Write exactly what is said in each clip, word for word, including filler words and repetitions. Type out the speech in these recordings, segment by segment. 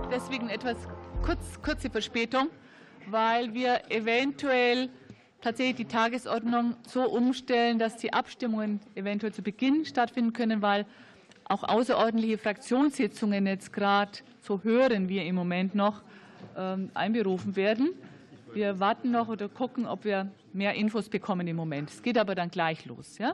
deswegen etwas kurz, kurze Verspätung, weil wir eventuell tatsächlich die Tagesordnung so umstellen, dass die Abstimmungen eventuell zu Beginn stattfinden können, weil auch außerordentliche Fraktionssitzungen jetzt gerade, so hören wir im Moment noch, einberufen werden. Wir warten noch oder gucken, ob wir mehr Infos bekommen im Moment. Es geht aber dann gleich los. Ja?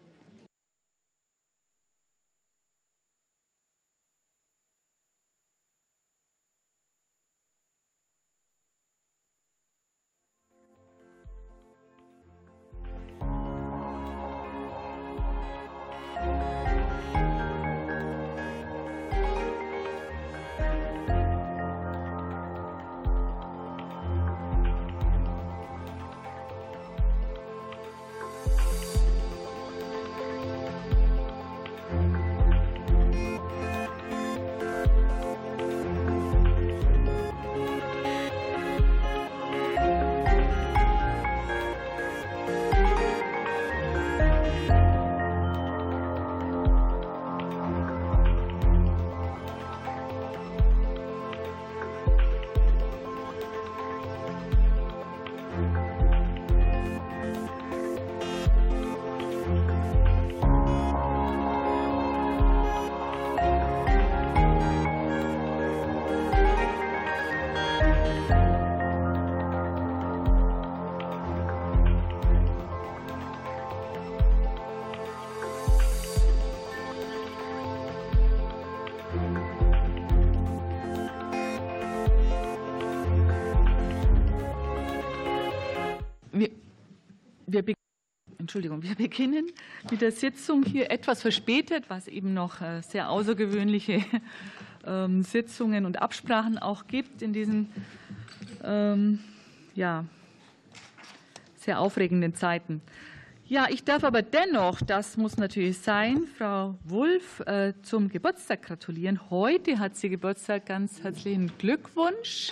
Wir, wir, Entschuldigung, wir beginnen mit der Sitzung hier etwas verspätet, was eben noch sehr außergewöhnliche ähm, Sitzungen und Absprachen auch gibt in diesen ähm, ja, sehr aufregenden Zeiten. Ja, ich darf aber dennoch, das muss natürlich sein, Frau Wulff äh, zum Geburtstag gratulieren. Heute hat sie Geburtstag. Ganz herzlichen Glückwunsch.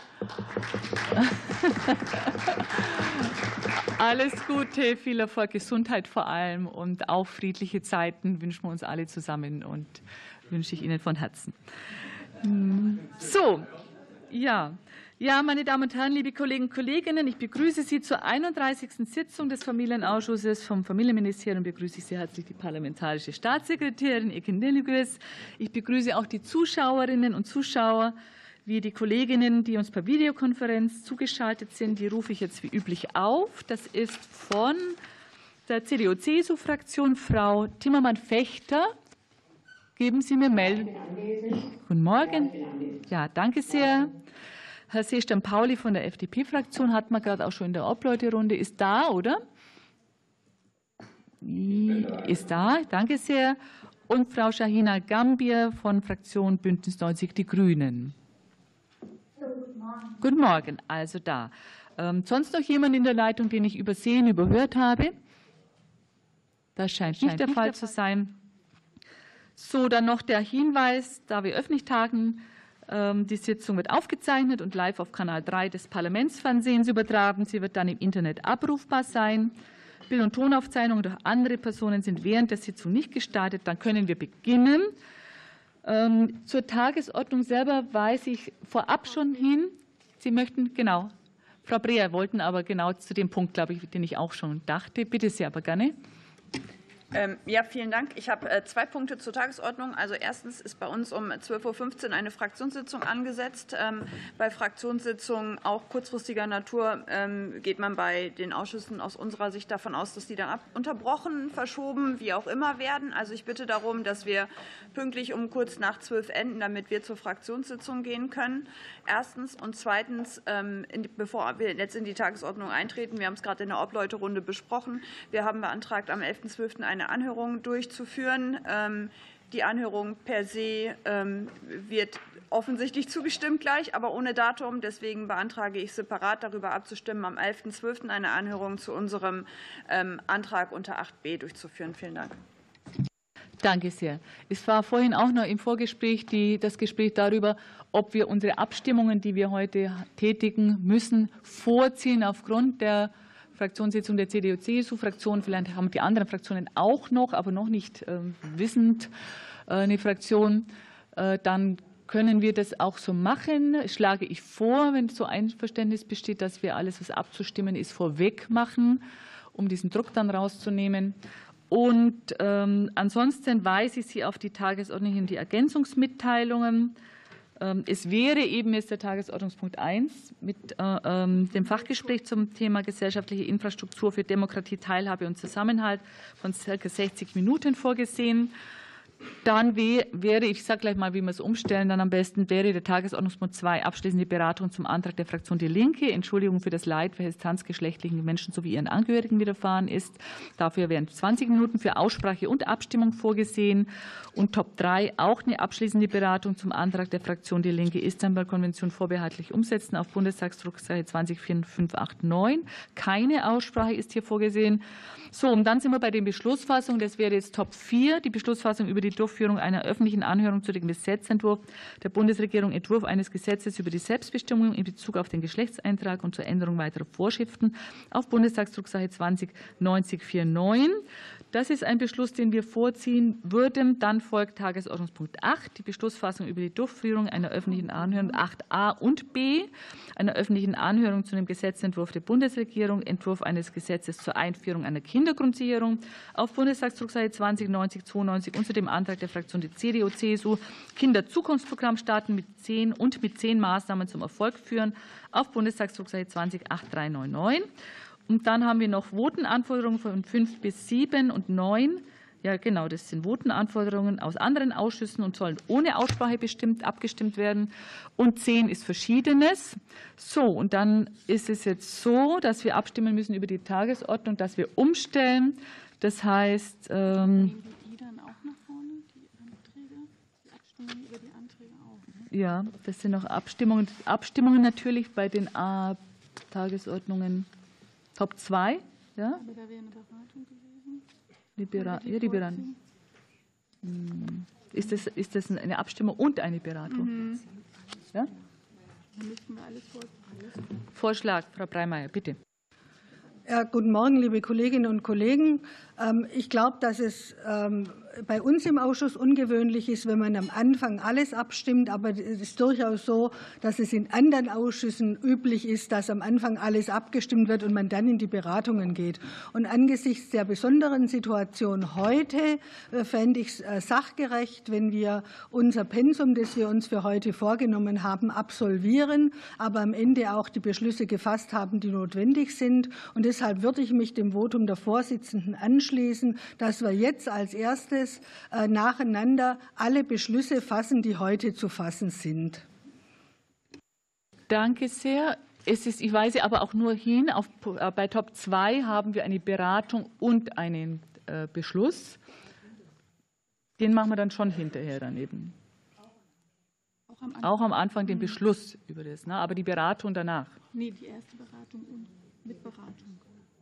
Alles Gute, viel Erfolg, Gesundheit vor allem und auch friedliche Zeiten wünschen wir uns alle zusammen und wünsche ich Ihnen von Herzen. So, ja. Ja, meine Damen und Herren, liebe Kolleginnen und Kollegen, ich begrüße Sie zur einunddreißigsten Sitzung des Familienausschusses. Vom Familienministerium begrüße ich sehr herzlich die parlamentarische Staatssekretärin Ekin Delügüz. Ich begrüße auch die Zuschauerinnen und Zuschauer, wie die Kolleginnen, die uns per Videokonferenz zugeschaltet sind. Die rufe ich jetzt wie üblich auf. Das ist von der C D U C S U-Fraktion Frau Timmermann-Fechter. Geben Sie mir Meldung. Guten Morgen. Ja, danke sehr. Herr Seestern-Pauli von der F D P-Fraktion hat man gerade auch schon in der Obleuterunde. Ist da, oder? Ist da, danke sehr. Und Frau Shahina Gambier von Fraktion Bündnis neunzig Die Grünen. Guten Morgen. Guten Morgen, also da. Ähm, sonst noch jemand in der Leitung, den ich übersehen, überhört habe? Das scheint, scheint nicht der nicht Fall der zu sein. So, dann noch der Hinweis, da wir öffentlich tagen. Die Sitzung wird aufgezeichnet und live auf Kanal drei des Parlamentsfernsehens übertragen. Sie wird dann im Internet abrufbar sein. Bild- und Tonaufzeichnungen durch andere Personen sind während der Sitzung nicht gestartet. Dann können wir beginnen. Zur Tagesordnung selber weise ich vorab schon hin. Sie möchten, genau, Frau Breher wollten aber genau zu dem Punkt, glaube ich, den ich auch schon dachte. Bitte sehr, aber gerne. Ja, vielen Dank. Ich habe zwei Punkte zur Tagesordnung. Also erstens ist bei uns um zwölf Uhr fünfzehn eine Fraktionssitzung angesetzt. Bei Fraktionssitzungen auch kurzfristiger Natur geht man bei den Ausschüssen aus unserer Sicht davon aus, dass die dann unterbrochen, verschoben, wie auch immer werden. Also ich bitte darum, dass wir pünktlich um kurz nach zwölf enden, damit wir zur Fraktionssitzung gehen können. Erstens. Und zweitens, bevor wir jetzt in die Tagesordnung eintreten, wir haben es gerade in der Obleuterunde besprochen, wir haben beantragt, am elften zwölften eine Anhörung durchzuführen. Die Anhörung per se wird offensichtlich zugestimmt gleich, aber ohne Datum. Deswegen beantrage ich separat darüber abzustimmen, am elften zwölften eine Anhörung zu unserem Antrag unter acht b durchzuführen. Vielen Dank. Danke sehr. Es war vorhin auch noch im Vorgespräch die, das Gespräch darüber, ob wir unsere Abstimmungen, die wir heute tätigen müssen, vorziehen aufgrund der Fraktionssitzung der C D U C S U-Fraktion. Vielleicht haben die anderen Fraktionen auch noch, aber noch nicht äh, wissend äh, eine Fraktion. Äh, dann können wir das auch so machen. Schlage ich vor, wenn so Einverständnis besteht, dass wir alles, was abzustimmen ist, vorweg machen, um diesen Druck dann rauszunehmen. Und ähm, ansonsten weise ich Sie auf die Tagesordnung hin, die Ergänzungsmitteilungen. Es wäre eben jetzt der Tagesordnungspunkt eins mit äh, dem Fachgespräch zum Thema gesellschaftliche Infrastruktur für Demokratie, Teilhabe und Zusammenhalt von ca. sechzig Minuten vorgesehen. Dann wäre, ich sage gleich mal, wie wir es umstellen, dann am besten wäre der Tagesordnungspunkt zwei abschließende Beratung zum Antrag der Fraktion Die Linke, Entschuldigung für das Leid, welches transgeschlechtlichen Menschen sowie ihren Angehörigen widerfahren ist. Dafür wären zwanzig Minuten für Aussprache und Abstimmung vorgesehen. Und Top drei auch eine abschließende Beratung zum Antrag der Fraktion Die Linke, Istanbul-Konvention vorbehaltlich umsetzen auf Bundestagsdrucksache zwanzig fünf acht neun. Keine Aussprache ist hier vorgesehen. So, und dann sind wir bei den Beschlussfassungen. Das wäre jetzt Top vier, die Beschlussfassung über die Durchführung einer öffentlichen Anhörung zu dem Gesetzentwurf der Bundesregierung, Entwurf eines Gesetzes über die Selbstbestimmung in Bezug auf den Geschlechtseintrag und zur Änderung weiterer Vorschriften auf Bundestagsdrucksache zwanzig neunzig neunundvierzig. Das ist ein Beschluss, den wir vorziehen würden. Dann folgt Tagesordnungspunkt acht, die Beschlussfassung über die Durchführung einer öffentlichen Anhörung acht a und b, einer öffentlichen Anhörung zu dem Gesetzentwurf der Bundesregierung, Entwurf eines Gesetzes zur Einführung einer Kindergrundsicherung auf Bundestagsdrucksache zwanzig neunzig zweiundneunzig und zu dem Antrag der Fraktion der C D U C S U, Kinderzukunftsprogramm starten mit zehn und mit zehn Maßnahmen zum Erfolg führen auf Bundestagsdrucksache zwanzig acht drei neun neun. Und dann haben wir noch Votenanforderungen von fünf bis sieben und neun. Ja, genau, das sind Votenanforderungen aus anderen Ausschüssen und sollen ohne Aussprache bestimmt abgestimmt werden. Und zehn ist Verschiedenes. So, und dann ist es jetzt so, dass wir abstimmen müssen über die Tagesordnung, dass wir umstellen. Das heißt, ähm, die dann auch nach vorne, die Anträge, die Abstimmungen über die Anträge auch. Ne? Ja, das sind noch Abstimmungen, Abstimmungen natürlich bei den A-Tagesordnungen. Top zwei, ja? Aber da wäre eine Beratung gewesen. Die Bera ja, die Beratung. Ist das, ist das eine Abstimmung und eine Beratung? Mhm. Ja? Dann müssten wir alles vorschlagen. Vorschlag, Frau Breimeyer, bitte. Ja, guten Morgen, liebe Kolleginnen und Kollegen. Ich glaube, dass es bei uns im Ausschuss ungewöhnlich ist, wenn man am Anfang alles abstimmt. Aber es ist durchaus so, dass es in anderen Ausschüssen üblich ist, dass am Anfang alles abgestimmt wird und man dann in die Beratungen geht. Und angesichts der besonderen Situation heute fände ich es sachgerecht, wenn wir unser Pensum, das wir uns für heute vorgenommen haben, absolvieren, aber am Ende auch die Beschlüsse gefasst haben, die notwendig sind. Und deshalb würde ich mich dem Votum der Vorsitzenden anschließen, dass wir jetzt als erstes nacheinander alle Beschlüsse fassen, die heute zu fassen sind. Danke sehr. Es ist, ich weise aber auch nur hin, auf, bei Top zwei haben wir eine Beratung und einen äh, Beschluss. Den machen wir dann schon hinterher daneben. Auch am Anfang, auch am Anfang den Beschluss über das, ne? Aber die Beratung danach. Nee, die erste Beratung und mit Beratung.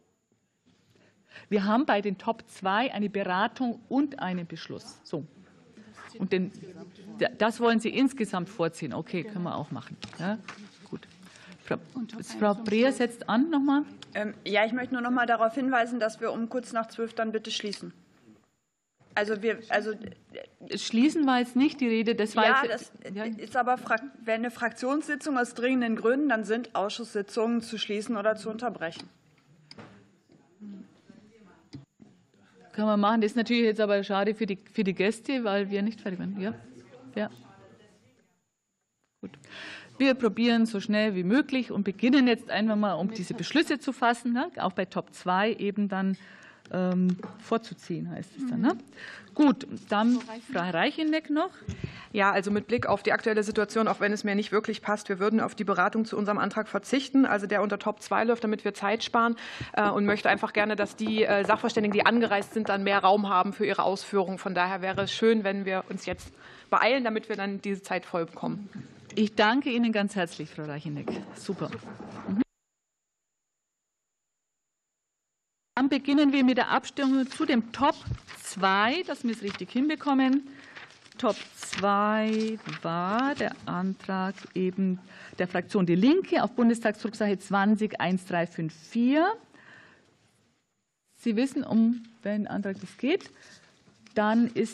Wir haben bei den Top zwei eine Beratung und einen Beschluss. So. Und den, das wollen Sie insgesamt vorziehen. Okay, können wir auch machen. Ja, gut. Frau, Frau Breer setzt an nochmal. Ähm, ja, ich möchte nur noch mal darauf hinweisen, dass wir um kurz nach zwölf dann bitte schließen. Also wir, also schließen war jetzt nicht die Rede. Das war ja, jetzt, das ja. ist aber wenn eine Fraktionssitzung aus dringenden Gründen, dann sind Ausschusssitzungen zu schließen oder zu unterbrechen. Kann man machen. Das ist natürlich jetzt aber schade für die, für die Gäste, weil wir nicht fertig werden. Ja? Ja. Gut. Wir probieren so schnell wie möglich und beginnen jetzt einfach mal, um diese Beschlüsse zu fassen, ne? Auch bei Top zwei eben dann ähm, vorzuziehen, heißt es dann. Ne? Gut, dann Frau Reichenegg noch. Ja, also mit Blick auf die aktuelle Situation, auch wenn es mir nicht wirklich passt, wir würden auf die Beratung zu unserem Antrag verzichten, also der unter Top zwei läuft, damit wir Zeit sparen, und möchte einfach gerne, dass die Sachverständigen, die angereist sind, dann mehr Raum haben für ihre Ausführungen. Von daher wäre es schön, wenn wir uns jetzt beeilen, damit wir dann diese Zeit voll bekommen. Ich danke Ihnen ganz herzlich, Frau Reichenegg. Super. Mhm. Dann beginnen wir mit der Abstimmung zu dem Top zwei, dass wir es richtig hinbekommen. Top zwei war der Antrag eben der Fraktion Die Linke auf Bundestagsdrucksache zwanzig dreizehn fünfundfünfzig. Sie wissen, um welchen Antrag es geht. Dann ist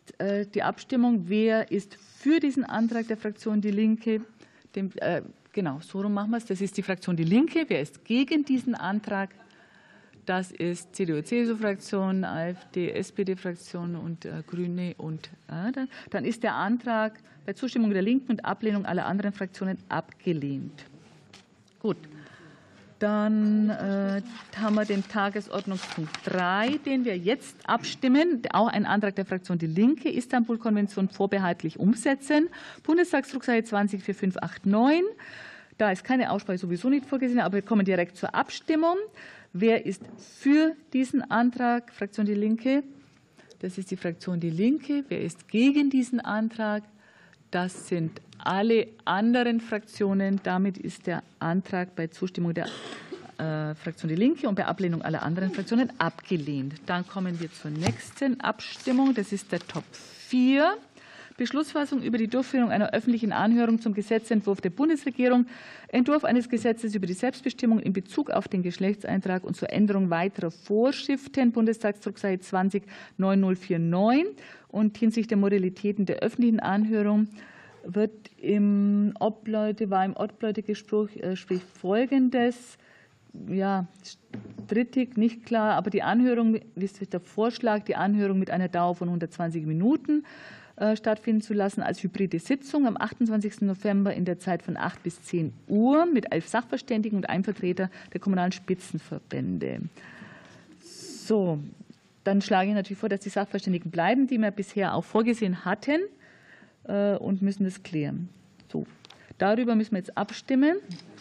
jetzt die Abstimmung. Wer ist für diesen Antrag der Fraktion Die Linke? Dem, äh, genau, so rum machen wir es. Das ist die Fraktion Die Linke. Wer ist gegen diesen Antrag? Das ist C D U C S U-Fraktion, AfD, S P D-Fraktion und äh, Grüne. Und äh, dann, dann ist der Antrag bei Zustimmung der Linken und Ablehnung aller anderen Fraktionen abgelehnt. Gut. Dann äh, haben wir den Tagesordnungspunkt drei, den wir jetzt abstimmen. Auch ein Antrag der Fraktion Die Linke, Istanbul-Konvention vorbehaltlich umsetzen. Bundestagsdrucksache zwanzig vier fünf acht neun. Da ist keine Aussprache sowieso nicht vorgesehen, aber wir kommen direkt zur Abstimmung. Wer ist für diesen Antrag? Fraktion Die Linke. Das ist die Fraktion Die Linke. Wer ist gegen diesen Antrag? Das sind alle anderen Fraktionen. Damit ist der Antrag bei Zustimmung der äh, Fraktion Die Linke und bei Ablehnung aller anderen Fraktionen abgelehnt. Dann kommen wir zur nächsten Abstimmung. Das ist der Top vier. Beschlussfassung über die Durchführung einer öffentlichen Anhörung zum Gesetzentwurf der Bundesregierung, Entwurf eines Gesetzes über die Selbstbestimmung in Bezug auf den Geschlechtseintrag und zur Änderung weiterer Vorschriften, Bundestagsdrucksache zwanzig neunzig neunundneunzig. Und hinsichtlich der Modalitäten der öffentlichen Anhörung wird im Obleute, war im Obleute-Gespräch äh, spricht Folgendes. Ja, strittig, nicht klar, aber die Anhörung, wie ist der Vorschlag, die Anhörung mit einer Dauer von hundertzwanzig Minuten stattfinden zu lassen als hybride Sitzung am achtundzwanzigsten November in der Zeit von acht bis zehn Uhr mit elf Sachverständigen und einem Vertreter der kommunalen Spitzenverbände. So, dann schlage ich natürlich vor, dass die Sachverständigen bleiben, die wir bisher auch vorgesehen hatten, und müssen das klären. So, darüber müssen wir jetzt abstimmen.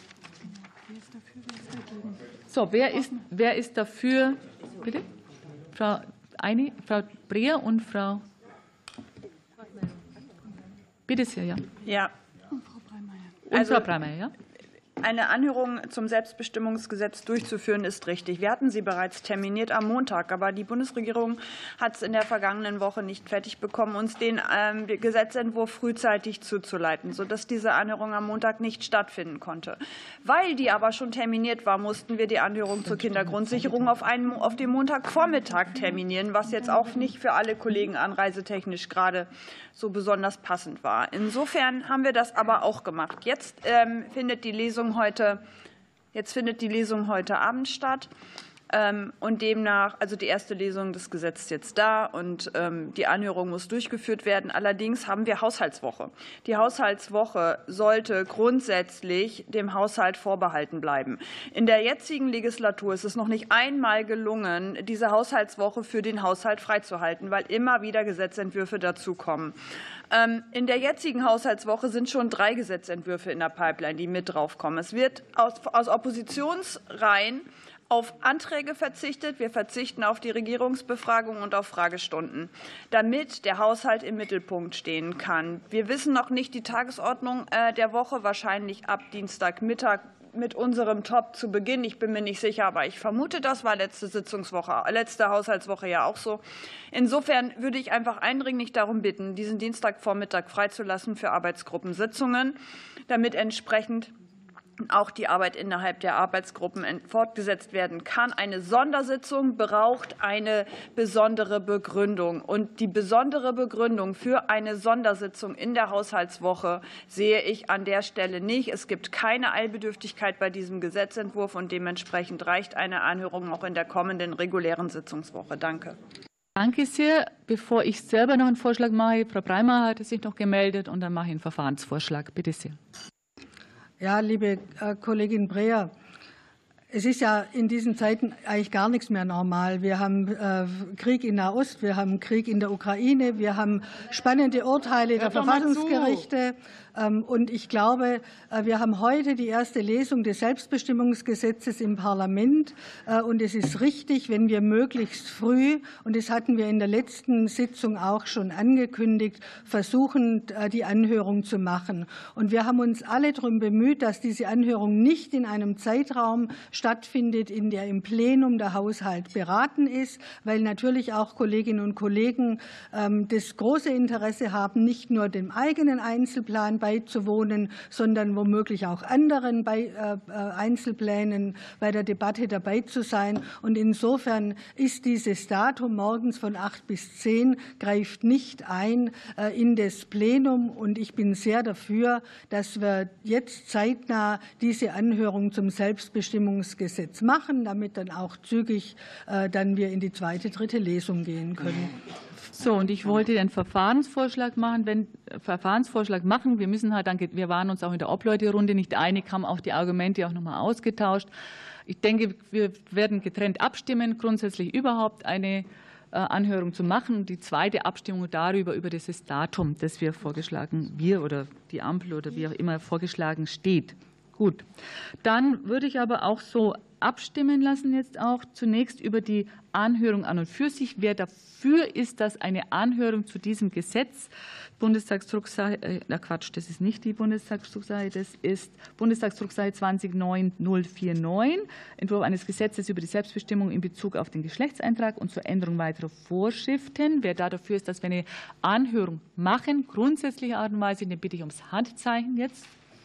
So, wer ist, wer ist dafür? Bitte? Frau Eine, Frau Breer und Frau. Bitte sehr, ja. Ja. Und Frau Breimeyer, ja. Eine Anhörung zum Selbstbestimmungsgesetz durchzuführen, ist richtig. Wir hatten sie bereits terminiert am Montag, aber die Bundesregierung hat es in der vergangenen Woche nicht fertig bekommen, uns den ähm, Gesetzentwurf frühzeitig zuzuleiten, sodass diese Anhörung am Montag nicht stattfinden konnte. Weil die aber schon terminiert war, mussten wir die Anhörung zur Kindergrundsicherung auf, einen, auf den Montagvormittag terminieren, was jetzt auch nicht für alle Kollegen anreisetechnisch gerade so besonders passend war. Insofern haben wir das aber auch gemacht. Jetzt ähm, findet die Lesung heute, jetzt findet die Lesung heute Abend statt. Ähm, und demnach, also die erste Lesung des Gesetzes jetzt da und ähm, die Anhörung muss durchgeführt werden. Allerdings haben wir Haushaltswoche. Die Haushaltswoche sollte grundsätzlich dem Haushalt vorbehalten bleiben. In der jetzigen Legislatur ist es noch nicht einmal gelungen, diese Haushaltswoche für den Haushalt freizuhalten, weil immer wieder Gesetzentwürfe dazukommen. In der jetzigen Haushaltswoche sind schon drei Gesetzentwürfe in der Pipeline, die mit draufkommen. Es wird aus, aus Oppositionsreihen auf Anträge verzichtet. Wir verzichten auf die Regierungsbefragung und auf Fragestunden, damit der Haushalt im Mittelpunkt stehen kann. Wir wissen noch nicht die Tagesordnung der Woche, wahrscheinlich ab Dienstagmittag mit unserem Top zu Beginn. Ich bin mir nicht sicher, aber ich vermute, das war letzte Sitzungswoche, letzte Haushaltswoche ja auch so. Insofern würde ich einfach eindringlich darum bitten, diesen Dienstagvormittag freizulassen für Arbeitsgruppensitzungen, damit entsprechend auch die Arbeit innerhalb der Arbeitsgruppen fortgesetzt werden kann. Eine Sondersitzung braucht eine besondere Begründung. Und die besondere Begründung für eine Sondersitzung in der Haushaltswoche sehe ich an der Stelle nicht. Es gibt keine Eilbedürftigkeit bei diesem Gesetzentwurf und dementsprechend reicht eine Anhörung auch in der kommenden regulären Sitzungswoche. Danke. Danke sehr. Bevor ich selber noch einen Vorschlag mache, Frau Breimeyer hat sich noch gemeldet und dann mache ich einen Verfahrensvorschlag. Bitte sehr. Ja, liebe Kollegin Breer, es ist ja in diesen Zeiten eigentlich gar nichts mehr normal. Wir haben Krieg in Nahost, wir haben Krieg in der Ukraine, wir haben spannende Urteile der Verfassungsgerichte. Und ich glaube, wir haben heute die erste Lesung des Selbstbestimmungsgesetzes im Parlament. Und es ist richtig, wenn wir möglichst früh, und das hatten wir in der letzten Sitzung auch schon angekündigt, versuchen, die Anhörung zu machen. Und wir haben uns alle darum bemüht, dass diese Anhörung nicht in einem Zeitraum stattfindet, in der im Plenum der Haushalt beraten ist, weil natürlich auch Kolleginnen und Kollegen das große Interesse haben, nicht nur den eigenen Einzelplan beizuwohnen, sondern womöglich auch anderen bei, äh, Einzelplänen bei der Debatte dabei zu sein. Und insofern ist dieses Datum morgens von acht bis zehn greift nicht ein äh, in das Plenum. Und ich bin sehr dafür, dass wir jetzt zeitnah diese Anhörung zum Selbstbestimmungsgesetz machen, damit dann auch zügig äh, dann wir in die zweite, dritte Lesung gehen können. So, und ich wollte den Verfahrensvorschlag machen. Wenn Verfahrensvorschlag machen, wir müssen halt dann, wir waren uns auch in der Obleuterunde nicht einig, haben auch die Argumente auch nochmal ausgetauscht. Ich denke, wir werden getrennt abstimmen, grundsätzlich überhaupt eine Anhörung zu machen. Die zweite Abstimmung darüber, über dieses Datum, das wir vorgeschlagen, wir oder die Ampel oder wie auch immer vorgeschlagen steht. Gut. Dann würde ich aber auch so abstimmen lassen jetzt auch zunächst über die Anhörung an und für sich. Wer dafür ist, dass eine Anhörung zu diesem Gesetz, Bundestagsdrucksache, äh, na Quatsch, das ist nicht die Bundestagsdrucksache, das ist Bundestagsdrucksache zwanzig neun null neunundvierzig, Entwurf eines Gesetzes über die Selbstbestimmung in Bezug auf den Geschlechtseintrag und zur Änderung weiterer Vorschriften. Wer da dafür ist, dass wir eine Anhörung machen, grundsätzliche Art und Weise, den bitte ich ums Handzeichen jetzt.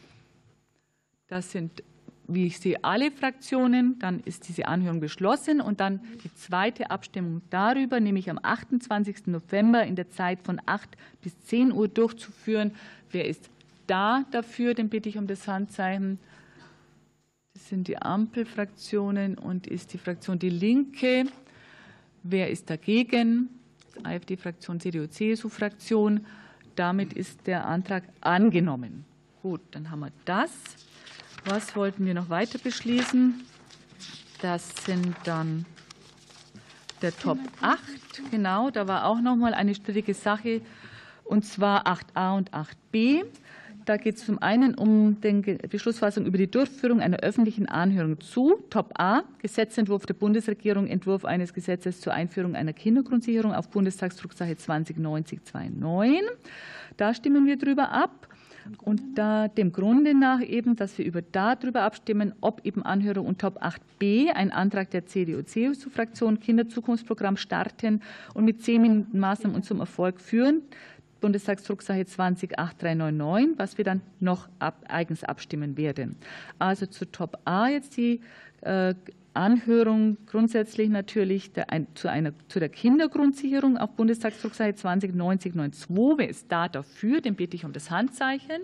Das sind, wie ich sehe, alle Fraktionen. Dann ist diese Anhörung beschlossen. Und dann die zweite Abstimmung darüber, nämlich am achtundzwanzigsten November in der Zeit von acht bis zehn Uhr durchzuführen. Wer ist da dafür? Den bitte ich um das Handzeichen. Das sind die Ampelfraktionen und ist die Fraktion Die Linke. Wer ist dagegen? AfD-Fraktion, C D U, C S U-Fraktion. Damit ist der Antrag angenommen. Gut, dann haben wir das. Was wollten wir noch weiter beschließen? Das sind dann der Top acht. Genau, da war auch noch mal eine strittige Sache, und zwar acht a und acht b. Da geht es zum einen um die Beschlussfassung über die Durchführung einer öffentlichen Anhörung zu. Top A, Gesetzentwurf der Bundesregierung, Entwurf eines Gesetzes zur Einführung einer Kindergrundsicherung auf Bundestagsdrucksache zwanzig neunzig neunundzwanzig. Da stimmen wir drüber ab. Und da dem Grunde nach eben, dass wir über darüber abstimmen, ob eben Anhörung und Top acht b, ein Antrag der C D U C S U-Fraktion, Kinderzukunftsprogramm starten und mit zehn Minuten Maßnahmen und zum Erfolg führen, Bundestagsdrucksache zwanzig acht drei neun neun, was wir dann noch ab, eigens abstimmen werden. Also zu Top A jetzt die äh, Anhörung grundsätzlich natürlich der, ein, zu, einer, zu der Kindergrundsicherung auf Bundestagsdrucksache zwanzig neunzig zweiundneunzig. Wer ist da dafür? Den bitte ich um das Handzeichen.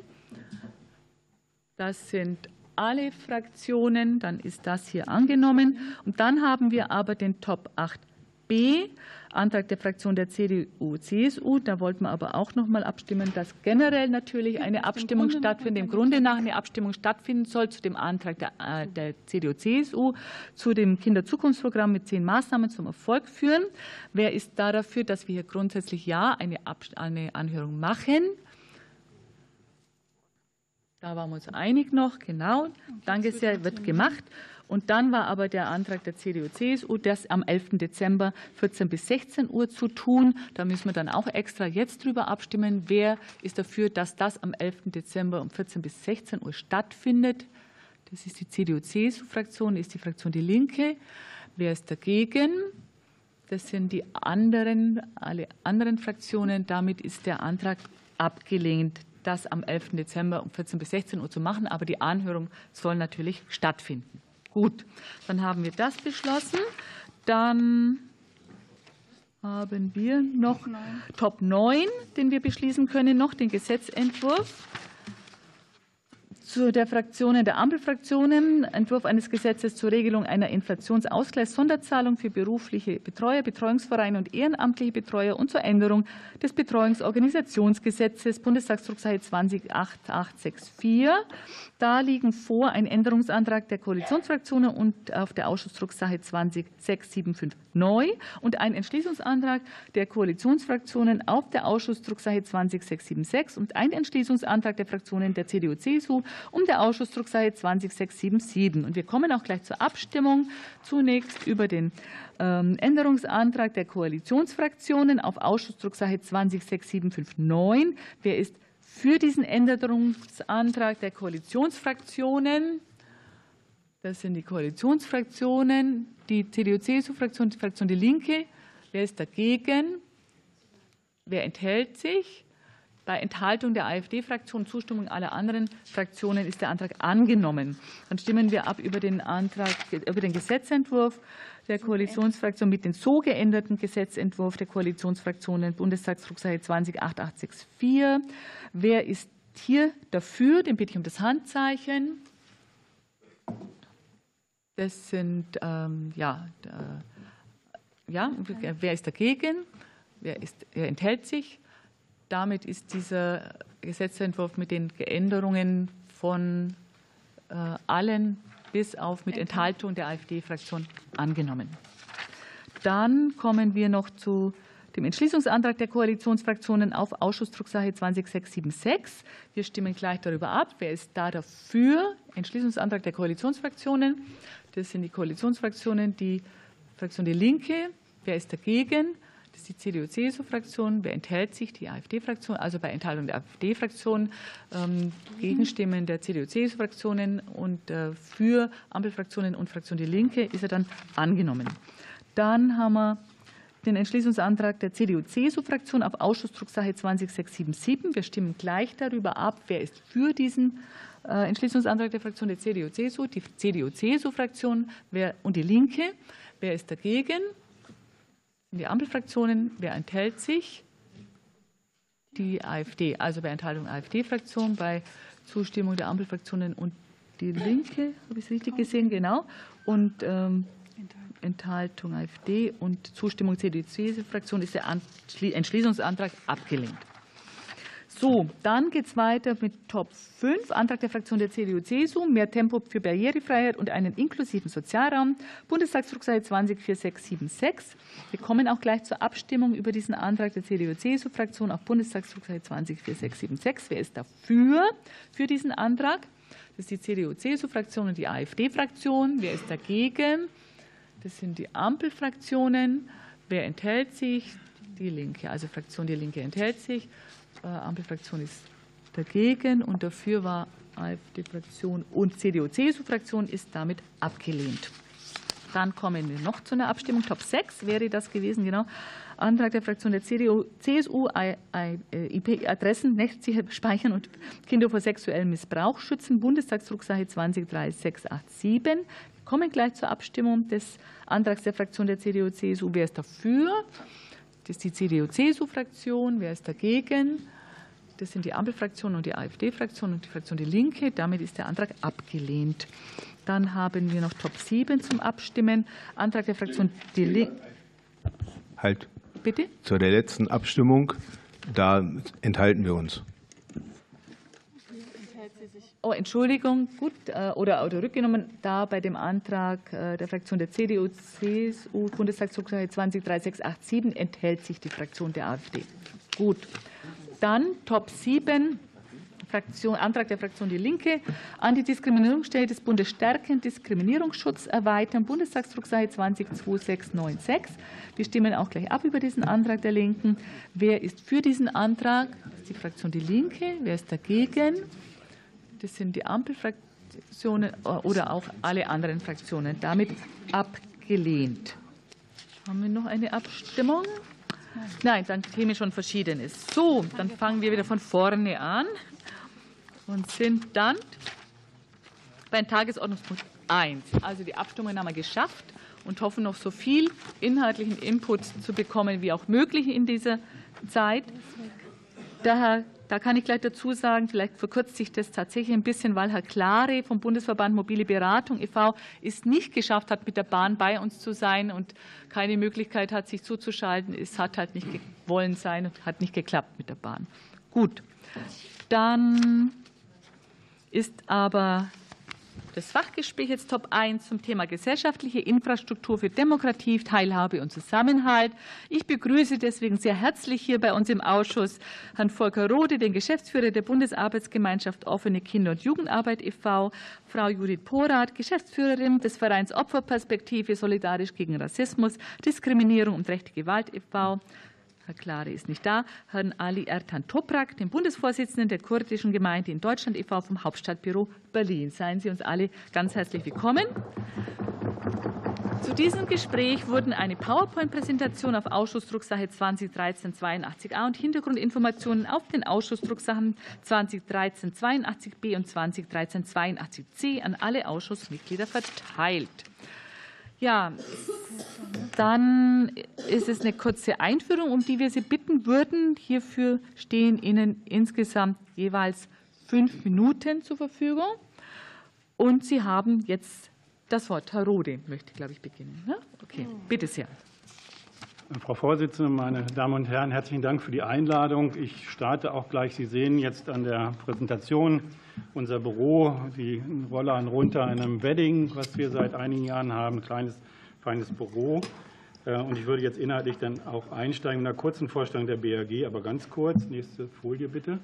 Das sind alle Fraktionen. Dann ist das hier angenommen. Und dann haben wir aber den Top acht b, Antrag der Fraktion der C D U C S U. Da wollten wir aber auch noch mal abstimmen, dass generell natürlich eine Abstimmung stattfindet, dem Grunde nach eine Abstimmung stattfinden soll zu dem Antrag der, äh, der C D U C S U, zu dem Kinderzukunftsprogramm mit zehn Maßnahmen zum Erfolg führen. Wer ist da dafür, dass wir hier grundsätzlich ja eine, eine Anhörung machen? Da waren wir uns einig noch, genau. Danke sehr, wird gemacht. Und dann war aber der Antrag der C D U C S U, das am elften Dezember vierzehn bis sechzehn Uhr zu tun. Da müssen wir dann auch extra jetzt drüber abstimmen. Wer ist dafür, dass das am elften Dezember um vierzehn bis sechzehn Uhr stattfindet? Das ist die C D U C S U-Fraktion, ist die Fraktion Die Linke. Wer ist dagegen? Das sind die anderen, alle anderen Fraktionen. Damit ist der Antrag abgelehnt, das am elften Dezember um vierzehn bis sechzehn Uhr zu machen. Aber die Anhörung soll natürlich stattfinden. Gut, dann haben wir das beschlossen. Dann haben wir noch Top neun, den wir beschließen können, noch den Gesetzentwurf zu der Fraktionen der Ampelfraktionen, Entwurf eines Gesetzes zur Regelung einer Inflationsausgleichssonderzahlung für berufliche Betreuer, Betreuungsvereine und ehrenamtliche Betreuer und zur Änderung des Betreuungsorganisationsgesetzes, Bundestagsdrucksache zwanzig acht acht sechs vier. Da liegen vor ein Änderungsantrag der Koalitionsfraktionen und auf der Ausschussdrucksache zwanzig sechs sieben fünf neu und ein Entschließungsantrag der Koalitionsfraktionen auf der Ausschussdrucksache zwanzig sechs sieben sechs und ein Entschließungsantrag der Fraktionen der C D U C S U um der Ausschussdrucksache zwanzig sechs sieben sieben. Und wir kommen auch gleich zur Abstimmung. Zunächst über den ähm, Änderungsantrag der Koalitionsfraktionen auf Ausschussdrucksache zwanzig sechs sieben fünf neun. Wer ist für diesen Änderungsantrag der Koalitionsfraktionen? Das sind die Koalitionsfraktionen, die C D U C S U-Fraktion, die Fraktion Die Linke. Wer ist dagegen? Wer enthält sich? Bei Enthaltung der AfD-Fraktion, Zustimmung aller anderen Fraktionen ist der Antrag angenommen. Dann stimmen wir ab über den Antrag, über den Gesetzentwurf der Koalitionsfraktion mit dem so geänderten Gesetzentwurf der Koalitionsfraktionen Bundestagsdrucksache zwanzig acht acht sechs vier. Wer ist hier dafür? Den bitte ich um das Handzeichen. Das sind, ähm, ja, äh, ja, wer ist dagegen? Wer, ist, wer enthält sich? Damit ist dieser Gesetzentwurf mit den Geänderungen von äh, allen bis auf mit Enthaltung der AfD-Fraktion angenommen. Dann kommen wir noch zu dem Entschließungsantrag der Koalitionsfraktionen auf Ausschussdrucksache zwanzig sechs sieben sechs. Wir stimmen gleich darüber ab. Wer ist da dafür? Entschließungsantrag der Koalitionsfraktionen. Das sind die Koalitionsfraktionen, die Fraktion Die Linke. Wer ist dagegen? Das ist die C D U-C S U-Fraktion. Wer enthält sich? Die AfD-Fraktion. Also bei Enthaltung der AfD-Fraktion. Ähm, Gegenstimmen der C D U-C S U-Fraktionen und äh, für Ampelfraktionen und Fraktion Die Linke ist er dann angenommen. Dann haben wir den Entschließungsantrag der C D U-C S U-Fraktion auf Ausschussdrucksache zwanzig sechs sieben sieben. Wir stimmen gleich darüber ab, wer ist für diesen äh, Entschließungsantrag der Fraktion der C D U-C S U, die C D U-C S U-Fraktion und Die Linke. Wer ist dagegen? Die Ampelfraktionen. Wer enthält sich? Die AfD. Also bei Enthaltung der AfD-Fraktion, bei Zustimmung der Ampelfraktionen und Die Linke. Habe ich es richtig gesehen? Genau. Und ähm, Enthaltung AfD und Zustimmung C D U-C S U-Fraktion ist der Entschließungsantrag abgelehnt. So, dann geht es weiter mit Top fünf, Antrag der Fraktion der C D U-C S U, mehr Tempo für Barrierefreiheit und einen inklusiven Sozialraum, Bundestagsdrucksache zwanzig vier sechs sieben sechs. Wir kommen auch gleich zur Abstimmung über diesen Antrag der C D U-C S U-Fraktion auf Bundestagsdrucksache zwanzig vier sechs sieben sechs. Wer ist dafür, für diesen Antrag? Das ist die C D U-C S U-Fraktion und die AfD-Fraktion. Wer ist dagegen? Das sind die Ampelfraktionen. Wer enthält sich? Die Linke. Also Fraktion Die Linke enthält sich. Ampelfraktion ist dagegen und dafür war AfD-Fraktion und C D U-C S U-Fraktion ist damit abgelehnt. Dann kommen wir noch zu einer Abstimmung. Top sechs wäre das gewesen, genau. Antrag der Fraktion der C D U-C S U, I P-Adressen, Netzsicher speichern und Kinder vor sexuellem Missbrauch schützen, Bundestagsdrucksache zwanzig drei sechs acht sieben. Wir kommen gleich zur Abstimmung des Antrags der Fraktion der C D U-C S U. Wer ist dafür? Das ist die C D U-C S U-Fraktion. Wer ist dagegen? Das sind die Ampelfraktion und die AfD-Fraktion und die Fraktion Die Linke. Damit ist der Antrag abgelehnt. Dann haben wir noch Top sieben zum Abstimmen. Antrag der Fraktion Die Linke. Halt. Bitte? Zu der letzten Abstimmung, da enthalten wir uns. Oh, Entschuldigung, gut, oder, oder rückgenommen, da bei dem Antrag der Fraktion der C D U-C S U, Bundestagsdrucksache zwanzig drei sechs acht sieben, enthält sich die Fraktion der AfD. Gut, dann Top sieben, Fraktion, Antrag der Fraktion Die Linke, Antidiskriminierungsstelle des Bundes stärken, Diskriminierungsschutz erweitern, Bundestagsdrucksache zwanzig zwei sechs neun sechs. Wir stimmen auch gleich ab über diesen Antrag der Linken. Wer ist für diesen Antrag? Das ist die Fraktion Die Linke. Wer ist dagegen? Das sind die Ampelfraktionen oder auch alle anderen Fraktionen. Damit abgelehnt. Haben wir noch eine Abstimmung? Nein, dann Thema schon verschieden ist. So, dann fangen wir wieder von vorne an und sind dann bei Tagesordnungspunkt eins. Also die Abstimmungen haben wir geschafft und hoffen noch so viel inhaltlichen Input zu bekommen wie auch möglich in dieser Zeit. Daher Da kann ich gleich dazu sagen, vielleicht verkürzt sich das tatsächlich ein bisschen, weil Herr Klare vom Bundesverband Mobile Beratung e V es nicht geschafft hat, mit der Bahn bei uns zu sein und keine Möglichkeit hat, sich zuzuschalten. Es hat halt nicht wollen sein und hat nicht geklappt mit der Bahn. Gut, dann ist aber das Fachgespräch jetzt Top eins zum Thema gesellschaftliche Infrastruktur für Demokratie, Teilhabe und Zusammenhalt. Ich begrüße deswegen sehr herzlich hier bei uns im Ausschuss Herrn Volker Rode, den Geschäftsführer der Bundesarbeitsgemeinschaft Offene Kinder- und Jugendarbeit e V, Frau Judith Porath, Geschäftsführerin des Vereins Opferperspektive Solidarisch gegen Rassismus, Diskriminierung und rechte Gewalt e V. Herr Klare ist nicht da. Herrn Ali Ertan Toprak, den Bundesvorsitzenden der kurdischen Gemeinde in Deutschland e V vom Hauptstadtbüro Berlin. Seien Sie uns alle ganz herzlich willkommen. Zu diesem Gespräch wurden eine PowerPoint-Präsentation auf Ausschussdrucksache zwanzig dreizehn zweiundachtzig a und Hintergrundinformationen auf den Ausschussdrucksachen zwanzig dreizehn zweiundachtzig b und zwanzig dreizehn zweiundachtzig c an alle Ausschussmitglieder verteilt. Ja, dann ist es eine kurze Einführung, um die wir Sie bitten würden. Hierfür stehen Ihnen insgesamt jeweils fünf Minuten zur Verfügung. Und Sie haben jetzt das Wort. Herr Rohde möchte, glaube ich, beginnen. Okay, bitte sehr. Frau Vorsitzende, meine Damen und Herren, herzlichen Dank für die Einladung. Ich starte auch gleich. Sie sehen jetzt an der Präsentation unser Büro, die Rollern runter in einem Wedding, was wir seit einigen Jahren haben, ein kleines, feines Büro. Und ich würde jetzt inhaltlich dann auch einsteigen mit einer kurzen Vorstellung der B A G, aber ganz kurz. Nächste Folie bitte.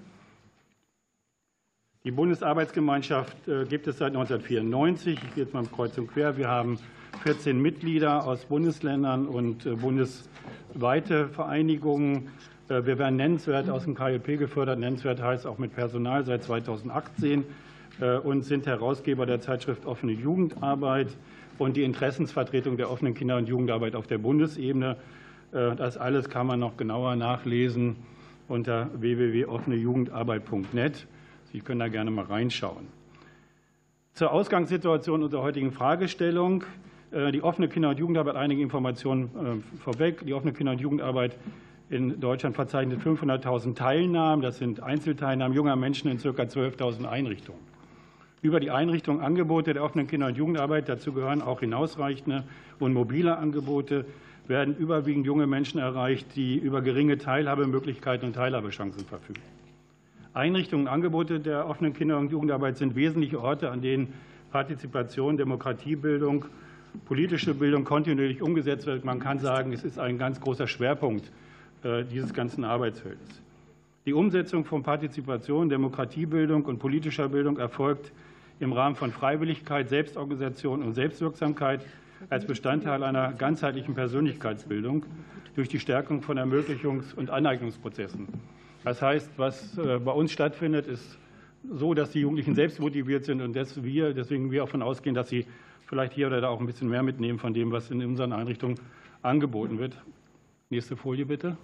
Die Bundesarbeitsgemeinschaft gibt es seit neunzehnhundertvierundneunzig. Ich gehe jetzt mal kreuz und quer. Wir haben vierzehn Mitglieder aus Bundesländern und bundesweite Vereinigungen. Wir werden nennenswert aus dem K J P gefördert. Nennenswert heißt auch mit Personal seit zweitausendachtzehn und sind Herausgeber der Zeitschrift Offene Jugendarbeit und die Interessensvertretung der offenen Kinder- und Jugendarbeit auf der Bundesebene. Das alles kann man noch genauer nachlesen unter w w w punkt offene jugendarbeit punkt net. Sie können da gerne mal reinschauen. Zur Ausgangssituation unserer heutigen Fragestellung. Die offene Kinder- und Jugendarbeit, einige Informationen vorweg. Die offene Kinder- und Jugendarbeit in Deutschland verzeichnet fünfhunderttausend Teilnahmen. Das sind Einzelteilnahmen junger Menschen in ca. zwölftausend Einrichtungen. Über die Einrichtungen Angebote der offenen Kinder- und Jugendarbeit, dazu gehören auch hinausreichende und mobile Angebote, werden überwiegend junge Menschen erreicht, die über geringe Teilhabemöglichkeiten und Teilhabechancen verfügen. Einrichtungen und Angebote der offenen Kinder- und Jugendarbeit sind wesentliche Orte, an denen Partizipation, Demokratiebildung, politische Bildung kontinuierlich umgesetzt wird. Man kann sagen, es ist ein ganz großer Schwerpunkt dieses ganzen Arbeitsfeldes. Die Umsetzung von Partizipation, Demokratiebildung und politischer Bildung erfolgt im Rahmen von Freiwilligkeit, Selbstorganisation und Selbstwirksamkeit als Bestandteil einer ganzheitlichen Persönlichkeitsbildung durch die Stärkung von Ermöglichungs- und Aneignungsprozessen. Das heißt, was bei uns stattfindet, ist so, dass die Jugendlichen selbst motiviert sind und deswegen wir davon ausgehen, dass sie vielleicht hier oder da auch ein bisschen mehr mitnehmen von dem, was in unseren Einrichtungen angeboten wird. Nächste Folie bitte.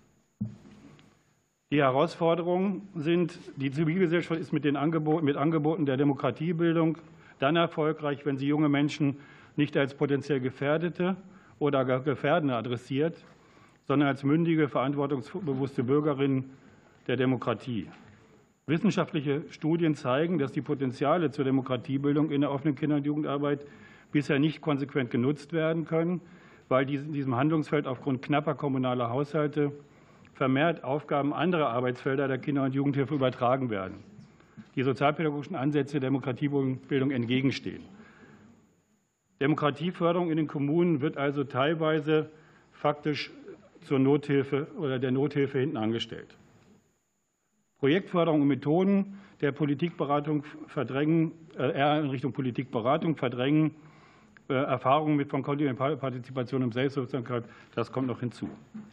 Die Herausforderungen sind, die Zivilgesellschaft ist mit den Angeboten, mit Angeboten der Demokratiebildung dann erfolgreich, wenn sie junge Menschen nicht als potenziell Gefährdete oder gar Gefährdende adressiert, sondern als mündige, verantwortungsbewusste Bürgerinnen der Demokratie. Wissenschaftliche Studien zeigen, dass die Potenziale zur Demokratiebildung in der offenen Kinder- und Jugendarbeit bisher nicht konsequent genutzt werden können, weil in diesem Handlungsfeld aufgrund knapper kommunaler Haushalte vermehrt Aufgaben anderer Arbeitsfelder der Kinder- und Jugendhilfe übertragen werden, die sozialpädagogischen Ansätze der Demokratiebildung entgegenstehen. Demokratieförderung in den Kommunen wird also teilweise faktisch zur Nothilfe oder der Nothilfe hinten angestellt. Projektförderung und Methoden der Politikberatung verdrängen, eher in Richtung Politikberatung verdrängen äh, Erfahrungen mit von kontinuierlicher Partizipation und Selbstwirksamkeit, das kommt noch hinzu.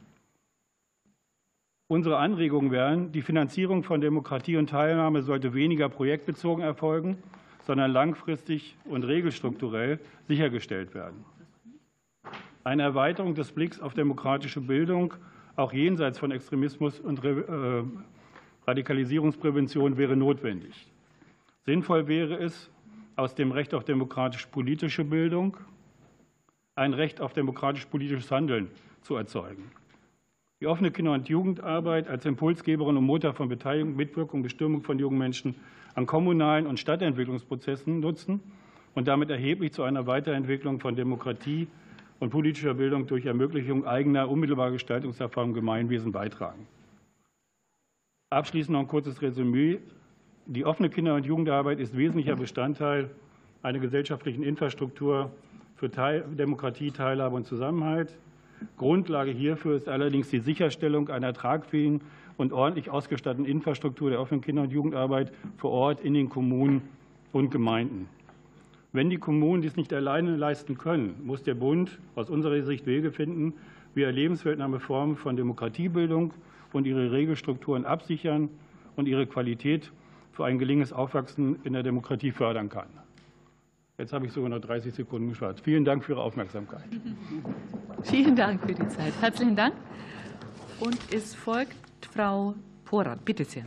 Unsere Anregungen wären, die Finanzierung von Demokratie und Teilnahme sollte weniger projektbezogen erfolgen, sondern langfristig und regelstrukturell sichergestellt werden. Eine Erweiterung des Blicks auf demokratische Bildung, auch jenseits von Extremismus und Radikalisierungsprävention, wäre notwendig. Sinnvoll wäre es, aus dem Recht auf demokratisch-politische Bildung ein Recht auf demokratisch-politisches Handeln zu erzeugen. Die offene Kinder- und Jugendarbeit als Impulsgeberin und Motor von Beteiligung, Mitwirkung, Bestimmung von jungen Menschen an kommunalen und Stadtentwicklungsprozessen nutzen und damit erheblich zu einer Weiterentwicklung von Demokratie und politischer Bildung durch Ermöglichung eigener unmittelbarer Gestaltungserfahrung im Gemeinwesen beitragen. Abschließend noch ein kurzes Resümee. Die offene Kinder- und Jugendarbeit ist wesentlicher Bestandteil einer gesellschaftlichen Infrastruktur für Demokratie, Teilhabe und Zusammenhalt. Grundlage hierfür ist allerdings die Sicherstellung einer tragfähigen und ordentlich ausgestatteten Infrastruktur der offenen Kinder- und Jugendarbeit vor Ort in den Kommunen und Gemeinden. Wenn die Kommunen dies nicht alleine leisten können, muss der Bund aus unserer Sicht Wege finden, wie er lebensweltnahme Formen von Demokratiebildung und ihre Regelstrukturen absichern und ihre Qualität für ein gelingendes Aufwachsen in der Demokratie fördern kann. Jetzt habe ich sogar noch dreißig Sekunden geschwatzt. Vielen Dank für Ihre Aufmerksamkeit. Vielen Dank für die Zeit. Herzlichen Dank. Und es folgt Frau Porath. Bitte sehr.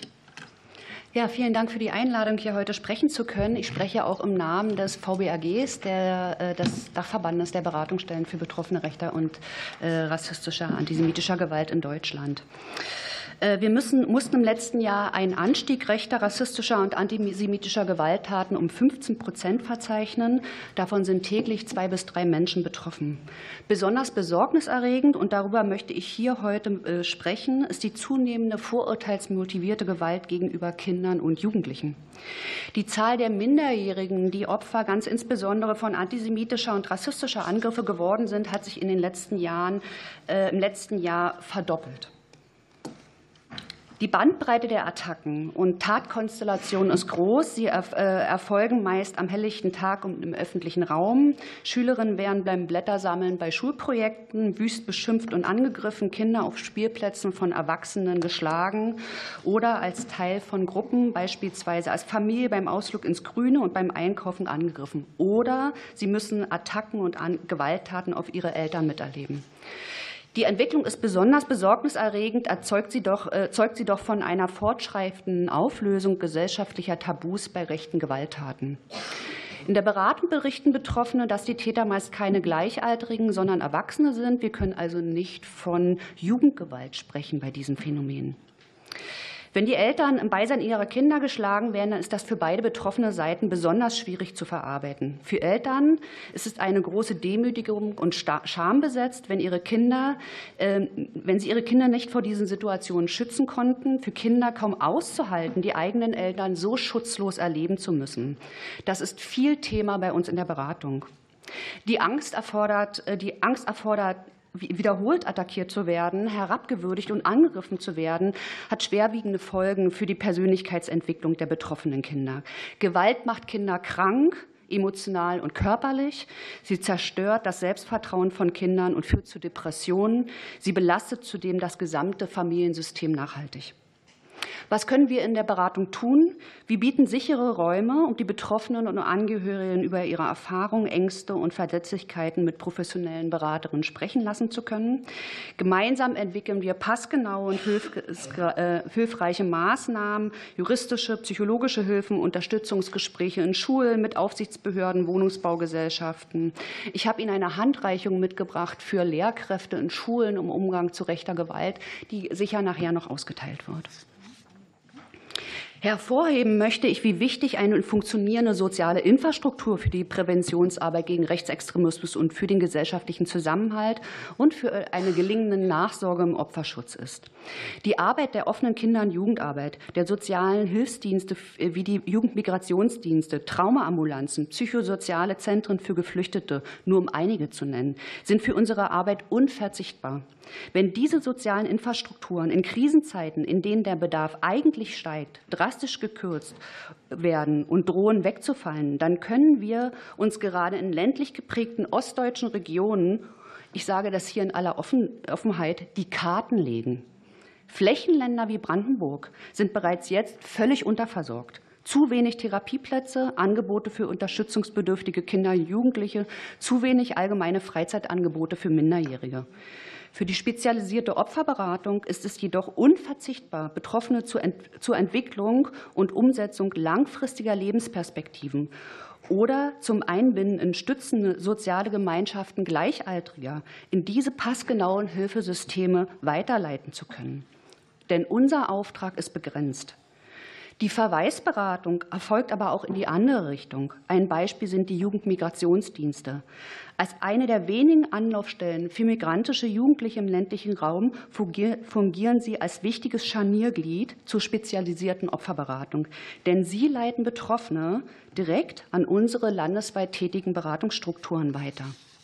Ja, vielen Dank für die Einladung, hier heute sprechen zu können. Ich spreche auch im Namen des V B A Gs, der, des Dachverbandes der Beratungsstellen für betroffene rechter und äh, rassistischer, antisemitischer Gewalt in Deutschland. Wir müssen, mussten im letzten Jahr einen Anstieg rechter, rassistischer und antisemitischer Gewalttaten um fünfzehn Prozent verzeichnen. Davon sind täglich zwei bis drei Menschen betroffen. Besonders besorgniserregend, und darüber möchte ich hier heute sprechen, ist die zunehmende vorurteilsmotivierte Gewalt gegenüber Kindern und Jugendlichen. Die Zahl der Minderjährigen, die Opfer ganz insbesondere von antisemitischer und rassistischer Angriffe geworden sind, hat sich in den letzten Jahren, äh, im letzten Jahr verdoppelt. Die Bandbreite der Attacken und Tatkonstellationen ist groß. Sie erfolgen meist am helllichten Tag und im öffentlichen Raum. Schülerinnen werden beim Blättersammeln bei Schulprojekten wüst beschimpft und angegriffen, Kinder auf Spielplätzen von Erwachsenen geschlagen oder als Teil von Gruppen, beispielsweise als Familie beim Ausflug ins Grüne und beim Einkaufen angegriffen. Oder sie müssen Attacken und Gewalttaten auf ihre Eltern miterleben. Die Entwicklung ist besonders besorgniserregend, erzeugt sie doch, äh, zeugt sie doch von einer fortschreitenden Auflösung gesellschaftlicher Tabus bei rechten Gewalttaten. In der Beratung berichten Betroffene, dass die Täter meist keine Gleichaltrigen, sondern Erwachsene sind. Wir können also nicht von Jugendgewalt sprechen bei diesen Phänomenen. Wenn die Eltern im Beisein ihrer Kinder geschlagen werden, dann ist das für beide betroffene Seiten besonders schwierig zu verarbeiten. Für Eltern ist es eine große Demütigung und Scham besetzt, wenn ihre Kinder, äh, wenn sie ihre Kinder nicht vor diesen Situationen schützen konnten. Für Kinder kaum auszuhalten, die eigenen Eltern so schutzlos erleben zu müssen. Das ist viel Thema bei uns in der Beratung. Die Angst erfordert, die Angst erfordert wiederholt attackiert zu werden, herabgewürdigt und angegriffen zu werden, hat schwerwiegende Folgen für die Persönlichkeitsentwicklung der betroffenen Kinder. Gewalt macht Kinder krank, emotional und körperlich. Sie zerstört das Selbstvertrauen von Kindern und führt zu Depressionen. Sie belastet zudem das gesamte Familiensystem nachhaltig. Was können wir in der Beratung tun? Wir bieten sichere Räume, um die Betroffenen und Angehörigen über ihre Erfahrungen, Ängste und Verletzlichkeiten mit professionellen Beraterinnen sprechen lassen zu können. Gemeinsam entwickeln wir passgenaue und hilfreiche Maßnahmen, juristische, psychologische Hilfen, Unterstützungsgespräche in Schulen mit Aufsichtsbehörden, Wohnungsbaugesellschaften. Ich habe Ihnen eine Handreichung mitgebracht für Lehrkräfte in Schulen im Umgang zu rechter Gewalt, die sicher nachher noch ausgeteilt wird. Hervorheben möchte ich, wie wichtig eine funktionierende soziale Infrastruktur für die Präventionsarbeit gegen Rechtsextremismus und für den gesellschaftlichen Zusammenhalt und für eine gelingende Nachsorge im Opferschutz ist. Die Arbeit der offenen Kinder- und Jugendarbeit, der sozialen Hilfsdienste wie die Jugendmigrationsdienste, Traumaambulanzen, psychosoziale Zentren für Geflüchtete, nur um einige zu nennen, sind für unsere Arbeit unverzichtbar. Wenn diese sozialen Infrastrukturen in Krisenzeiten, in denen der Bedarf eigentlich steigt, drastisch gekürzt werden und drohen wegzufallen, dann können wir uns gerade in ländlich geprägten ostdeutschen Regionen, ich sage das hier in aller Offenheit, die Karten legen. Flächenländer wie Brandenburg sind bereits jetzt völlig unterversorgt. Zu wenig Therapieplätze, Angebote für unterstützungsbedürftige Kinder und Jugendliche, zu wenig allgemeine Freizeitangebote für Minderjährige. Für die spezialisierte Opferberatung ist es jedoch unverzichtbar, Betroffene zur Entwicklung und Umsetzung langfristiger Lebensperspektiven oder zum Einbinden in stützende soziale Gemeinschaften Gleichaltriger in diese passgenauen Hilfesysteme weiterleiten zu können. Denn unser Auftrag ist begrenzt. Die Verweisberatung erfolgt aber auch in die andere Richtung. Ein Beispiel sind die Jugendmigrationsdienste. Als eine der wenigen Anlaufstellen für migrantische Jugendliche im ländlichen Raum fungieren sie als wichtiges Scharnierglied zur spezialisierten Opferberatung. Denn sie leiten Betroffene direkt an unsere landesweit tätigen Beratungsstrukturen weiter.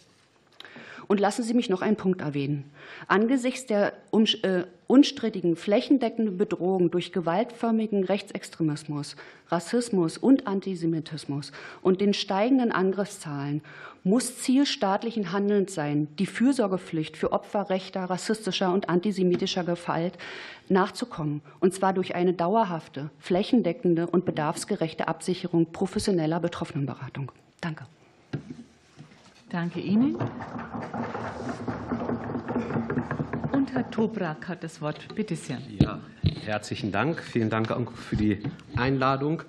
Und lassen Sie mich noch einen Punkt erwähnen. Angesichts der unstrittigen flächendeckenden Bedrohung durch gewaltförmigen Rechtsextremismus, Rassismus und Antisemitismus und den steigenden Angriffszahlen muss Ziel staatlichen Handelns sein, die Fürsorgepflicht für Opfer rechter, rassistischer und antisemitischer Gewalt nachzukommen, und zwar durch eine dauerhafte, flächendeckende und bedarfsgerechte Absicherung professioneller Betroffenenberatung. Danke. Danke Ihnen. Und Herr Tobrak hat das Wort. Bitte sehr. Ja, herzlichen Dank. Vielen Dank auch für die Einladung.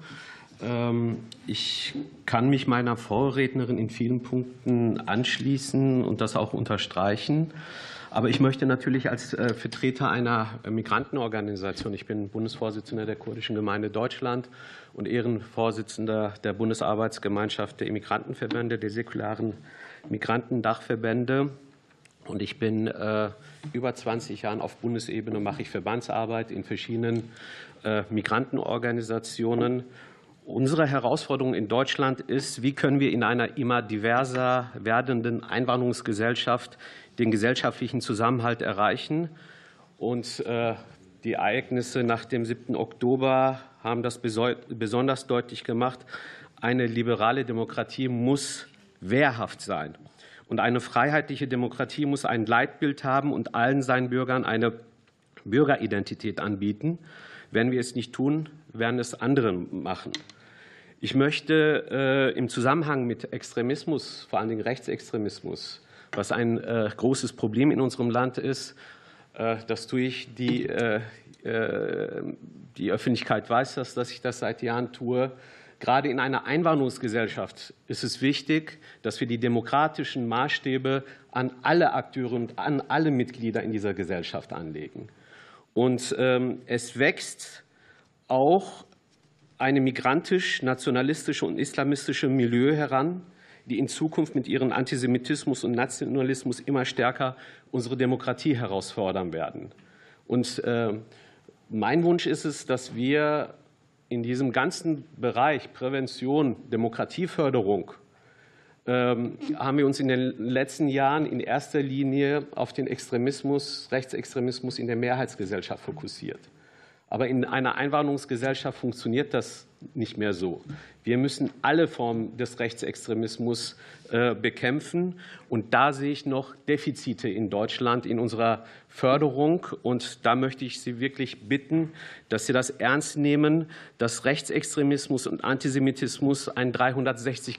Ich kann mich meiner Vorrednerin in vielen Punkten anschließen und das auch unterstreichen. Aber ich möchte natürlich als Vertreter einer Migrantenorganisation, ich bin Bundesvorsitzender der Kurdischen Gemeinde Deutschland und Ehrenvorsitzender der Bundesarbeitsgemeinschaft der Immigrantenverbände, der säkularen Migrantendachverbände. Und ich bin äh, über zwanzig Jahren auf Bundesebene, mache ich Verbandsarbeit in verschiedenen äh, Migrantenorganisationen. Unsere Herausforderung in Deutschland ist, wie können wir in einer immer diverser werdenden Einwanderungsgesellschaft den gesellschaftlichen Zusammenhalt erreichen. Und äh, die Ereignisse nach dem siebten Oktober haben das besonders deutlich gemacht. Eine liberale Demokratie muss wehrhaft sein. Und eine freiheitliche Demokratie muss ein Leitbild haben und allen seinen Bürgern eine Bürgeridentität anbieten. Wenn wir es nicht tun, werden es andere machen. Ich möchte äh, im Zusammenhang mit Extremismus, vor allen Dingen Rechtsextremismus, was ein äh, großes Problem in unserem Land ist, äh, das tue ich, die, äh, die Öffentlichkeit weiß das, dass ich das seit Jahren tue. Gerade in einer Einwanderungsgesellschaft ist es wichtig, dass wir die demokratischen Maßstäbe an alle Akteure und an alle Mitglieder in dieser Gesellschaft anlegen. Und ähm, es wächst auch eine migrantisch-nationalistische und islamistische Milieu heran, die in Zukunft mit ihrem Antisemitismus und Nationalismus immer stärker unsere Demokratie herausfordern werden. Und äh, mein Wunsch ist es, dass wir in diesem ganzen Bereich Prävention, Demokratieförderung, ähm, haben wir uns in den letzten Jahren in erster Linie auf den Extremismus, Rechtsextremismus in der Mehrheitsgesellschaft fokussiert. Aber in einer Einwanderungsgesellschaft funktioniert das nicht mehr so. Wir müssen alle Formen des Rechtsextremismus äh, bekämpfen. Und da sehe ich noch Defizite in Deutschland in unserer Förderung. Und da möchte ich Sie wirklich bitten, dass Sie das ernst nehmen, dass Rechtsextremismus und Antisemitismus ein dreihundertsechzig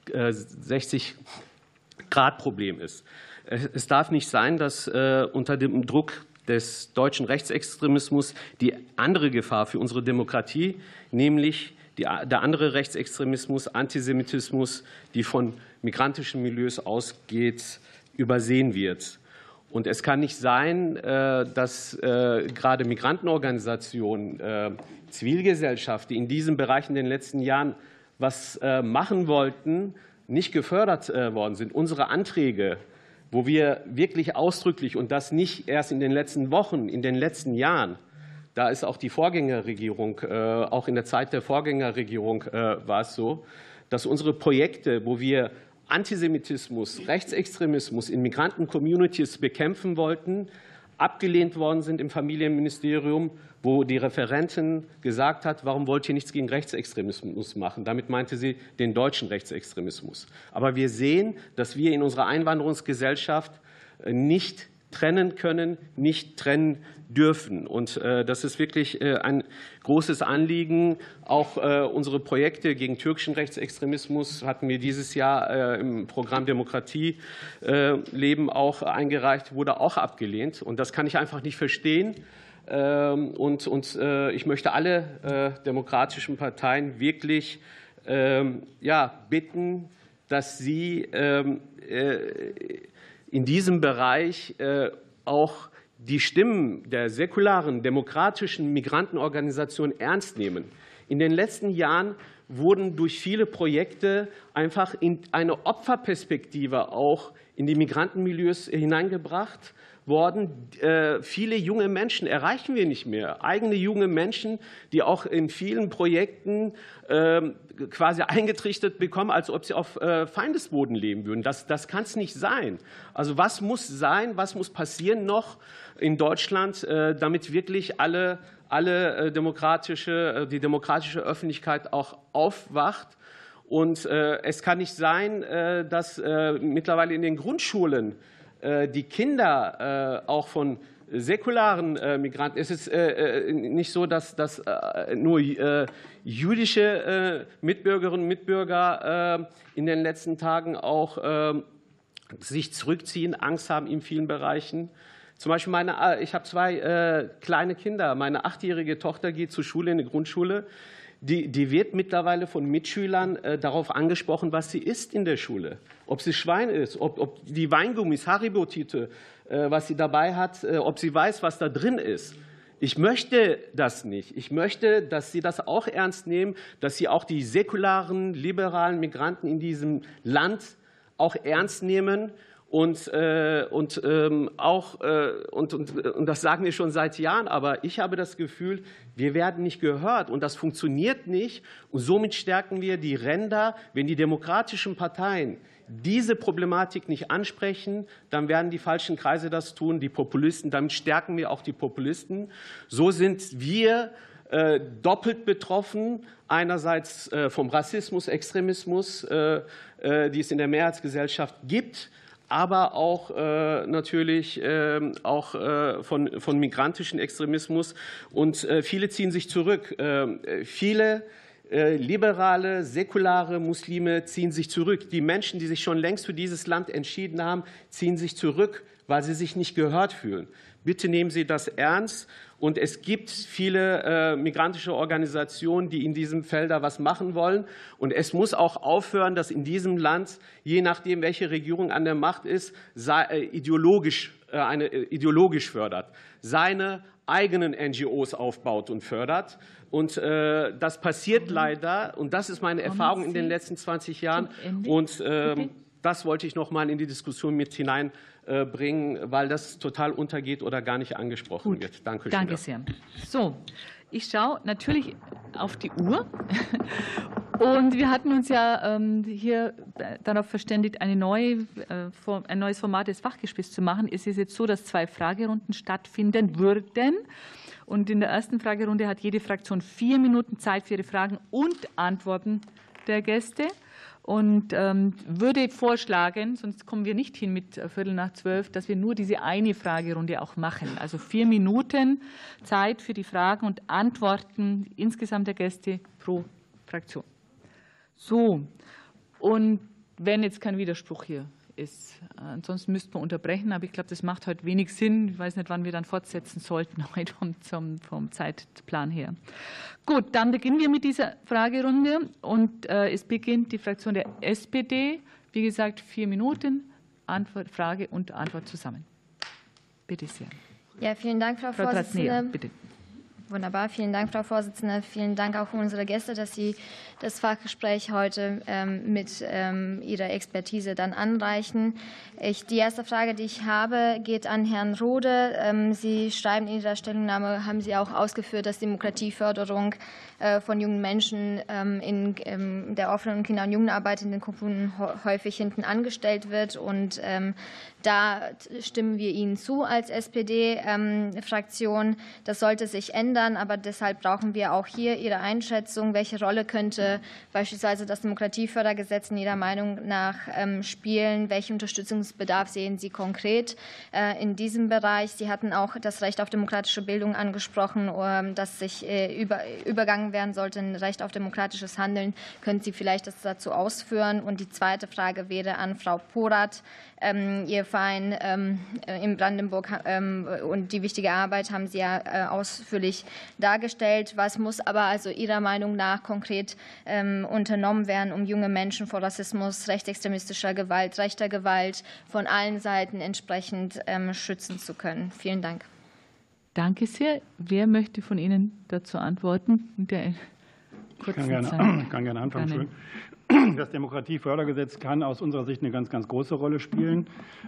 Grad Problem ist. Es darf nicht sein, dass äh, unter dem Druck des deutschen Rechtsextremismus die andere Gefahr für unsere Demokratie, nämlich die, der andere Rechtsextremismus, Antisemitismus, die von migrantischen Milieus ausgeht, übersehen wird. Und es kann nicht sein, dass gerade Migrantenorganisationen, Zivilgesellschaft, die in diesem Bereich in den letzten Jahren was machen wollten, nicht gefördert worden sind. Unsere Anträge, wo wir wirklich ausdrücklich, und das nicht erst in den letzten Wochen, in den letzten Jahren, da ist auch die Vorgängerregierung, auch in der Zeit der Vorgängerregierung war es so, dass unsere Projekte, wo wir Antisemitismus, Rechtsextremismus in Migranten-Communities bekämpfen wollten, abgelehnt worden sind im Familienministerium, wo die Referentin gesagt hat, warum wollt ihr nichts gegen Rechtsextremismus machen? Damit meinte sie den deutschen Rechtsextremismus. Aber wir sehen, dass wir in unserer Einwanderungsgesellschaft nicht trennen können, nicht trennen dürfen. Und äh, das ist wirklich äh, ein großes Anliegen. Auch äh, unsere Projekte gegen türkischen Rechtsextremismus hatten wir dieses Jahr äh, im Programm Demokratie äh, Leben auch eingereicht, wurde auch abgelehnt. Und das kann ich einfach nicht verstehen. Und, und ich möchte alle äh, demokratischen Parteien wirklich ähm, ja, bitten, dass sie ähm, äh, in diesem Bereich äh, auch die Stimmen der säkularen, demokratischen Migrantenorganisationen ernst nehmen. In den letzten Jahren wurden durch viele Projekte einfach in eine Opferperspektive auch in die Migrantenmilieus hineingebracht worden. Äh, viele junge Menschen erreichen wir nicht mehr. Eigene junge Menschen, die auch in vielen Projekten äh, quasi eingetrichtert bekommen, als ob sie auf äh, Feindesboden leben würden. Das, das kann es nicht sein. Also was muss sein, was muss passieren noch in Deutschland, äh, damit wirklich alle, alle äh, demokratische, äh, die demokratische Öffentlichkeit auch aufwacht? Und äh, es kann nicht sein, äh, dass äh, mittlerweile in den Grundschulen die Kinder auch von säkularen Migranten. Es ist nicht so, dass, dass nur jüdische Mitbürgerinnen und Mitbürger in den letzten Tagen auch sich zurückziehen, Angst haben in vielen Bereichen. Zum Beispiel, meine, ich habe zwei kleine Kinder. Meine achtjährige Tochter geht zur Schule, in die Grundschule. Die, die wird mittlerweile von Mitschülern äh, darauf angesprochen, was sie isst in der Schule. Ob sie Schwein isst, ob, ob die Weingummis, Haribo-Tüte, äh, was sie dabei hat, äh, ob sie weiß, was da drin ist. Ich möchte das nicht. Ich möchte, dass Sie das auch ernst nehmen, dass Sie auch die säkularen, liberalen Migranten in diesem Land auch ernst nehmen. Und, äh, und, ähm, auch, äh, und, und, und das sagen wir schon seit Jahren, aber ich habe das Gefühl, wir werden nicht gehört und das funktioniert nicht. Und somit stärken wir die Ränder. Wenn die demokratischen Parteien diese Problematik nicht ansprechen, dann werden die falschen Kreise das tun, die Populisten. Damit stärken wir auch die Populisten. So sind wir äh, doppelt betroffen. Einerseits äh, vom Rassismus, Extremismus, äh, äh, die es in der Mehrheitsgesellschaft gibt, aber auch äh, natürlich äh, auch äh, von, von migrantischen Extremismus. Und äh, viele ziehen sich zurück. Äh, viele äh, liberale, säkulare Muslime ziehen sich zurück. Die Menschen, die sich schon längst für dieses Land entschieden haben, ziehen sich zurück, weil sie sich nicht gehört fühlen. Bitte nehmen Sie das ernst. Und es gibt viele äh, migrantische Organisationen, die in diesem Feld da was machen wollen. Und es muss auch aufhören, dass in diesem Land, je nachdem, welche Regierung an der Macht ist, sei, äh, ideologisch, äh, eine, äh, ideologisch fördert, seine eigenen N G Os aufbaut und fördert. Und äh, das passiert leider. Und das ist meine Erfahrung in den letzten zwanzig Jahren. Und äh, das wollte ich noch mal in die Diskussion mit hinein bringen, weil das total untergeht oder gar nicht angesprochen Gut. wird. Danke, Danke sehr. So, ich schaue natürlich auf die Uhr. Und wir hatten uns ja hier darauf verständigt, eine neue, ein neues Format des Fachgesprächs zu machen. Es ist jetzt so, dass zwei Fragerunden stattfinden würden. Und in der ersten Fragerunde hat jede Fraktion vier Minuten Zeit für ihre Fragen und Antworten der Gäste. Und ähm, würde vorschlagen, sonst kommen wir nicht hin mit Viertel nach zwölf, dass wir nur diese eine Fragerunde auch machen. Also vier Minuten Zeit für die Fragen und Antworten insgesamt der Gäste pro Fraktion. So, und wenn jetzt kein Widerspruch hier ist, ansonsten müssten wir unterbrechen, aber ich glaube, das macht heute wenig Sinn. Ich weiß nicht, wann wir dann fortsetzen sollten, heute vom, zum, vom Zeitplan her. Gut, dann beginnen wir mit dieser Fragerunde und äh, es beginnt die Fraktion der S P D. Wie gesagt, vier Minuten, Antwort, Frage und Antwort zusammen. Bitte sehr. Ja, vielen Dank, Frau, Frau Vorsitzende. Tratnea, bitte. Wunderbar, vielen Dank, Frau Vorsitzende. Vielen Dank auch an unsere Gäste, dass Sie das Fachgespräch heute ähm, mit ähm, Ihrer Expertise dann anreichen. Ich, die erste Frage, die ich habe, geht an Herrn Rohde. Ähm, Sie schreiben in Ihrer Stellungnahme, haben Sie auch ausgeführt, dass Demokratieförderung äh, von jungen Menschen ähm, in ähm, der offenen Kinder- und Jugendarbeit in den Kommunen häufig hinten angestellt wird. Und ähm, da stimmen wir Ihnen zu als S P D-Fraktion. Das sollte sich ändern, aber deshalb brauchen wir auch hier Ihre Einschätzung. Welche Rolle könnte beispielsweise das Demokratiefördergesetz in Ihrer Meinung nach spielen? Welchen Unterstützungsbedarf sehen Sie konkret in diesem Bereich? Sie hatten auch das Recht auf demokratische Bildung angesprochen, das sich übergangen werden sollte in Recht auf demokratisches Handeln. Können Sie vielleicht das dazu ausführen? Und die zweite Frage wäre an Frau Porath. Ihr Verein in Brandenburg und die wichtige Arbeit haben Sie ja ausführlich dargestellt. Was muss aber also Ihrer Meinung nach konkret unternommen werden, um junge Menschen vor Rassismus, rechtsextremistischer Gewalt, rechter Gewalt von allen Seiten entsprechend schützen zu können? Vielen Dank. Danke sehr. Wer möchte von Ihnen dazu antworten? Der ich kann gerne, kann gerne anfangen. Gerne. Das Demokratiefördergesetz kann aus unserer Sicht eine ganz, ganz große Rolle spielen.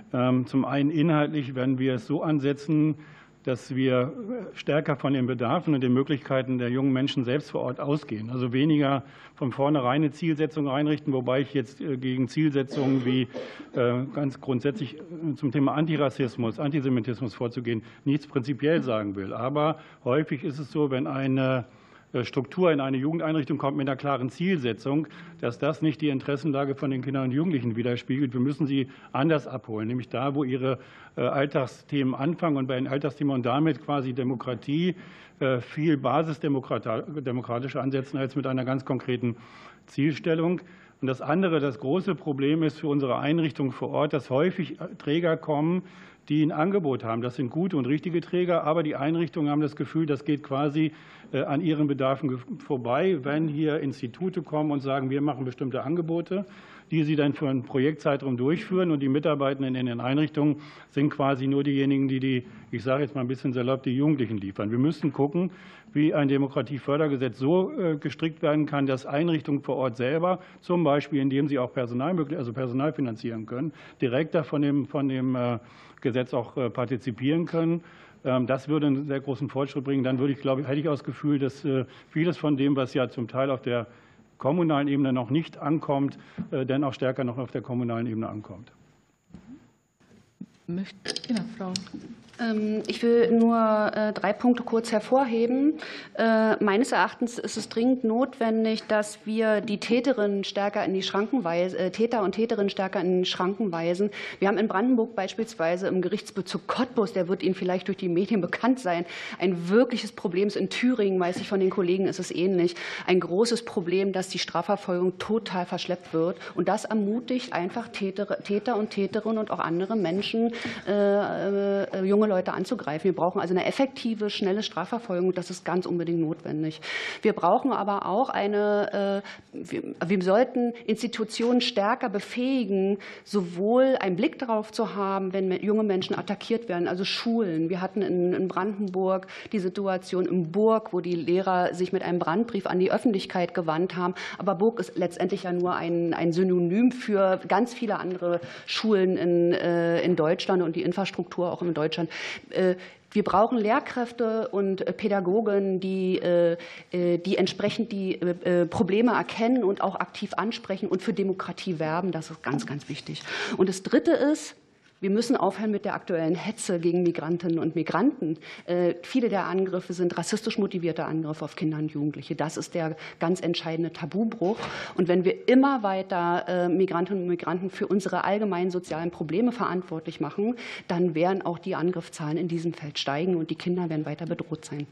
Zum einen inhaltlich werden wir es so ansetzen, dass wir stärker von den Bedarfen und den Möglichkeiten der jungen Menschen selbst vor Ort ausgehen. Also weniger von vornherein eine Zielsetzung einrichten, wobei ich jetzt gegen Zielsetzungen wie ganz grundsätzlich zum Thema Antirassismus, Antisemitismus vorzugehen, nichts prinzipiell sagen will. Aber häufig ist es so, wenn eine Struktur in eine Jugendeinrichtung kommt mit einer klaren Zielsetzung, dass das nicht die Interessenlage von den Kindern und Jugendlichen widerspiegelt. Wir müssen sie anders abholen, nämlich da, wo ihre Alltagsthemen anfangen und bei den Alltagsthemen und damit quasi Demokratie viel basisdemokratischer ansetzen als mit einer ganz konkreten Zielstellung. Und das andere, das große Problem ist für unsere Einrichtungen vor Ort, dass häufig Träger kommen, die ein Angebot haben. Das sind gute und richtige Träger, aber die Einrichtungen haben das Gefühl, das geht quasi an ihren Bedarfen vorbei, wenn hier Institute kommen und sagen, wir machen bestimmte Angebote, die sie dann für einen Projektzeitraum durchführen. Und die Mitarbeitenden in den Einrichtungen sind quasi nur diejenigen, die die, ich sage jetzt mal ein bisschen salopp, die Jugendlichen liefern. Wir müssen gucken, wie ein Demokratiefördergesetz so gestrickt werden kann, dass Einrichtungen vor Ort selber, zum Beispiel indem sie auch Personal, also Personal finanzieren können, direkter von dem, von dem Gesetz auch partizipieren können. Das würde einen sehr großen Fortschritt bringen. Dann würde ich, glaube ich, hätte ich auch das Gefühl, dass vieles von dem, was ja zum Teil auf der kommunalen Ebene noch nicht ankommt, dann auch stärker noch auf der kommunalen Ebene ankommt. Möchte, genau, Frau. Ich will nur drei Punkte kurz hervorheben. Meines Erachtens ist es dringend notwendig, dass wir die Täterinnen stärker in die Schranken weisen, Täter und Täterinnen stärker in die Schranken weisen. Wir haben in Brandenburg beispielsweise im Gerichtsbezirk Cottbus, der wird Ihnen vielleicht durch die Medien bekannt sein, ein wirkliches Problem. In Thüringen, weiß ich von den Kollegen, ist es ähnlich. Ein großes Problem, dass die Strafverfolgung total verschleppt wird. Und das ermutigt einfach Täter, Täter und Täterinnen und auch andere Menschen, äh, äh, junge Leute anzugreifen. Wir brauchen also eine effektive, schnelle Strafverfolgung. Das ist ganz unbedingt notwendig. Wir brauchen aber auch eine, äh, wir, wir sollten Institutionen stärker befähigen, sowohl einen Blick darauf zu haben, wenn junge Menschen attackiert werden, also Schulen. Wir hatten in, in Brandenburg die Situation in Burg, wo die Lehrer sich mit einem Brandbrief an die Öffentlichkeit gewandt haben. Aber Burg ist letztendlich ja nur ein, ein Synonym für ganz viele andere Schulen in, äh, in Deutschland und die Infrastruktur auch in Deutschland. Wir brauchen Lehrkräfte und Pädagogen, die, die entsprechend die Probleme erkennen und auch aktiv ansprechen und für Demokratie werben. Das ist ganz, ganz wichtig. Und das Dritte ist, wir müssen aufhören mit der aktuellen Hetze gegen Migrantinnen und Migranten. Äh, viele der Angriffe sind rassistisch motivierte Angriffe auf Kinder und Jugendliche. Das ist der ganz entscheidende Tabubruch. Und wenn wir immer weiter äh, Migrantinnen und Migranten für unsere allgemeinen sozialen Probleme verantwortlich machen, dann werden auch die Angriffszahlen in diesem Feld steigen und die Kinder werden weiter bedroht sein.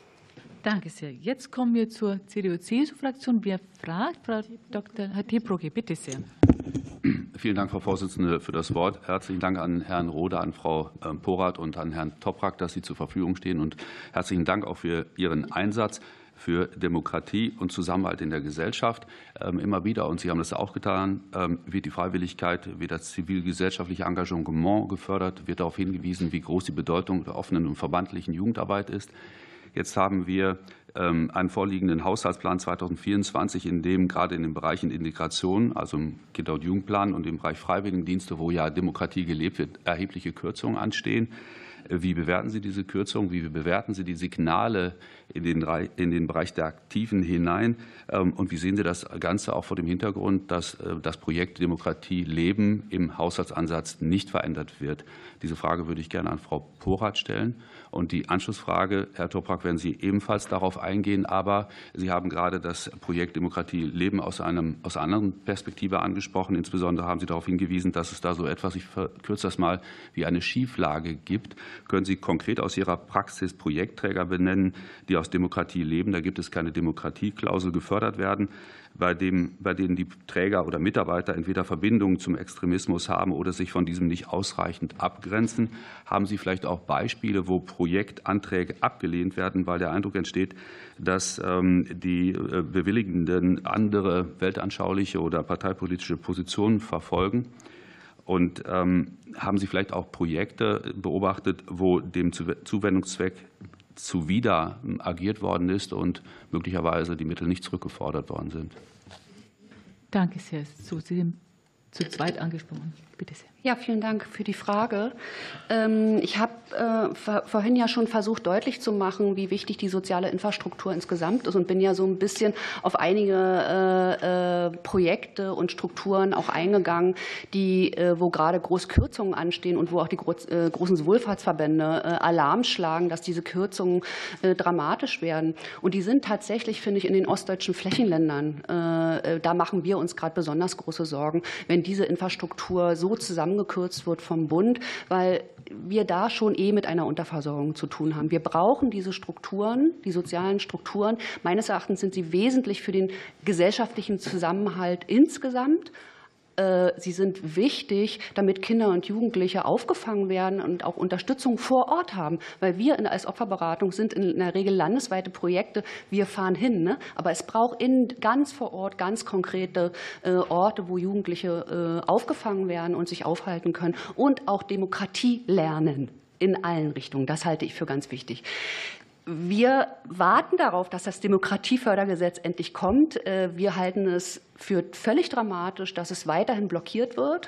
Danke sehr. Jetzt kommen wir zur C D U-C S U-Fraktion. Wer fragt? Frau Doktor Herr Tiebrocke, bitte sehr. Vielen Dank, Frau Vorsitzende, für das Wort. Herzlichen Dank an Herrn Rohde, an Frau Porath und an Herrn Toprak, dass Sie zur Verfügung stehen. Und herzlichen Dank auch für Ihren Einsatz für Demokratie und Zusammenhalt in der Gesellschaft. Immer wieder, und Sie haben das auch getan, wird die Freiwilligkeit, wird das zivilgesellschaftliche Engagement gefördert, wird darauf hingewiesen, wie groß die Bedeutung der offenen und verbandlichen Jugendarbeit ist. Jetzt haben wir einen vorliegenden Haushaltsplan zweitausendvierundzwanzig, in dem gerade in den Bereichen Integration, also im Kinder- und Jugendplan und im Bereich Freiwilligendienste, wo ja Demokratie gelebt wird, erhebliche Kürzungen anstehen. Wie bewerten Sie diese Kürzung? Wie bewerten Sie die Signale in den, in den Bereich der Aktiven hinein? Und wie sehen Sie das Ganze auch vor dem Hintergrund, dass das Projekt Demokratie leben im Haushaltsansatz nicht verändert wird? Diese Frage würde ich gerne an Frau Porath stellen. Und die Anschlussfrage, Herr Toprak, werden Sie ebenfalls darauf eingehen. Aber Sie haben gerade das Projekt Demokratie leben aus, einem, aus einer anderen Perspektive angesprochen. Insbesondere haben Sie darauf hingewiesen, dass es da so etwas, ich verkürze das mal, wie eine Schieflage gibt. Können Sie konkret aus Ihrer Praxis Projektträger benennen, die aus Demokratie leben? Da gibt es keine Demokratieklausel, gefördert werden, bei, dem, bei denen die Träger oder Mitarbeiter entweder Verbindungen zum Extremismus haben oder sich von diesem nicht ausreichend abgrenzen. Haben Sie vielleicht auch Beispiele, wo Projektanträge abgelehnt werden, weil der Eindruck entsteht, dass die Bewilligenden andere weltanschauliche oder parteipolitische Positionen verfolgen? Und ähm, haben Sie vielleicht auch Projekte beobachtet, wo dem Zuwendungszweck zuwider agiert worden ist und möglicherweise die Mittel nicht zurückgefordert worden sind? Danke sehr. So, Sie zu zweit angesprochen. Bitte sehr. Ja, vielen Dank für die Frage. Ich habe vorhin ja schon versucht, deutlich zu machen, wie wichtig die soziale Infrastruktur insgesamt ist und bin ja so ein bisschen auf einige Projekte und Strukturen auch eingegangen, die, wo gerade große Kürzungen anstehen und wo auch die großen Wohlfahrtsverbände Alarm schlagen, dass diese Kürzungen dramatisch werden. Und die sind tatsächlich, finde ich, in den ostdeutschen Flächenländern. Da machen wir uns gerade besonders große Sorgen, wenn diese Infrastruktur so zusammengekürzt wird vom Bund, weil wir da schon eh mit einer Unterversorgung zu tun haben. Wir brauchen diese Strukturen, die sozialen Strukturen. Meines Erachtens sind sie wesentlich für den gesellschaftlichen Zusammenhalt insgesamt. Sie sind wichtig, damit Kinder und Jugendliche aufgefangen werden und auch Unterstützung vor Ort haben. Weil wir als Opferberatung sind in der Regel landesweite Projekte. Wir fahren hin. Ne? Aber es braucht in, ganz vor Ort ganz konkrete Orte, wo Jugendliche aufgefangen werden und sich aufhalten können. Und auch Demokratie lernen in allen Richtungen. Das halte ich für ganz wichtig. Wir warten darauf, dass das Demokratiefördergesetz endlich kommt. Wir halten es für völlig dramatisch, dass es weiterhin blockiert wird.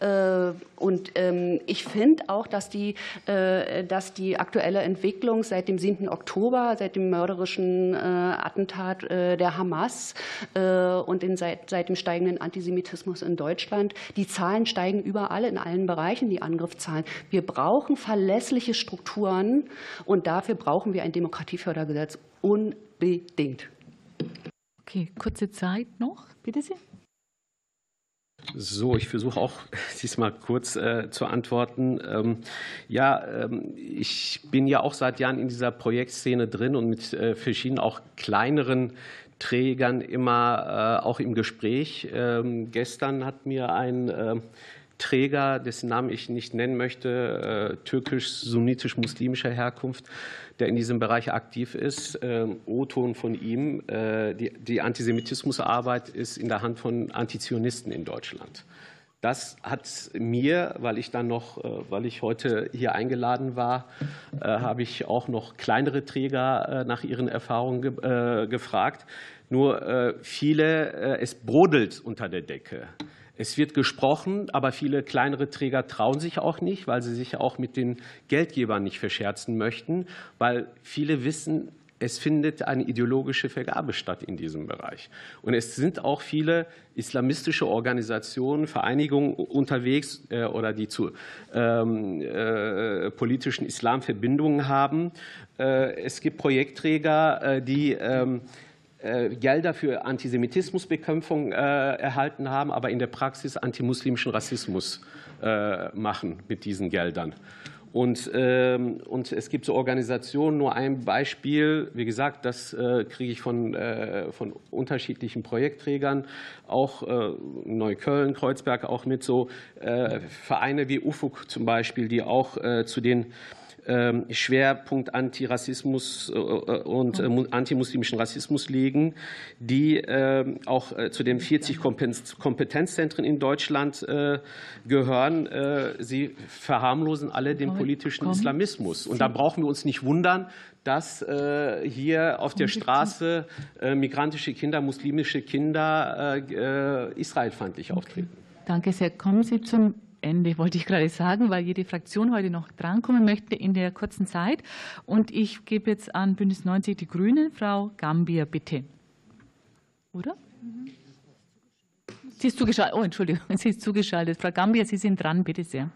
Und ich finde auch, dass die, dass die aktuelle Entwicklung seit dem siebten Oktober, seit dem mörderischen Attentat der Hamas und den, seit, seit dem steigenden Antisemitismus in Deutschland, die Zahlen steigen überall in allen Bereichen, die Angriffszahlen. Wir brauchen verlässliche Strukturen und dafür brauchen wir ein Demokratiefördergesetz unbedingt. Okay, kurze Zeit noch, bitte sehr. So, ich versuche auch diesmal kurz äh, zu antworten. Ähm, ja, ähm, ich bin ja auch seit Jahren in dieser Projektszene drin und mit äh, verschiedenen auch kleineren Trägern immer äh, auch im Gespräch. Ähm, gestern hat mir ein äh, Träger, dessen Namen ich nicht nennen möchte, äh, türkisch-sunnitisch-muslimischer Herkunft, der in diesem Bereich aktiv ist, O-Ton von ihm, die, die Antisemitismusarbeit ist in der Hand von Antizionisten in Deutschland. Das hat mir, weil ich dann noch, weil ich heute hier eingeladen war, habe ich auch noch kleinere Träger nach ihren Erfahrungen ge, gefragt. Nur viele, es brodelt unter der Decke. Es wird gesprochen, aber viele kleinere Träger trauen sich auch nicht, weil sie sich auch mit den Geldgebern nicht verscherzen möchten, weil viele wissen, es findet eine ideologische Vergabe statt in diesem Bereich. Und es sind auch viele islamistische Organisationen, Vereinigungen unterwegs äh, oder die zu ähm, äh, politischen Islamverbindungen haben. Äh, es gibt Projektträger, äh, die ähm, Gelder für Antisemitismusbekämpfung äh, erhalten haben, aber in der Praxis antimuslimischen Rassismus äh, machen mit diesen Geldern. Und, ähm, und es gibt so Organisationen, nur ein Beispiel, wie gesagt, das äh, kriege ich von, äh, von unterschiedlichen Projektträgern, auch äh, Neukölln, Kreuzberg auch mit so äh, Vereine wie Ufuk zum Beispiel, die auch äh, zu den Schwerpunkt Antirassismus und antimuslimischen Rassismus legen, die auch zu den vierzig Kompetenzzentren in Deutschland gehören. Sie verharmlosen alle den politischen Islamismus. Und da brauchen wir uns nicht wundern, dass hier auf der Straße migrantische Kinder, muslimische Kinder israelfeindlich auftreten. Danke sehr. Kommen Sie zum Ende, wollte ich gerade sagen, weil jede Fraktion heute noch drankommen möchte in der kurzen Zeit. Und ich gebe jetzt an Bündnis neunzig Die Grünen. Frau Gambier, bitte. Oder? Sie ist zugeschaltet. Oh, Entschuldigung, sie ist zugeschaltet. Frau Gambier, Sie sind dran, bitte sehr.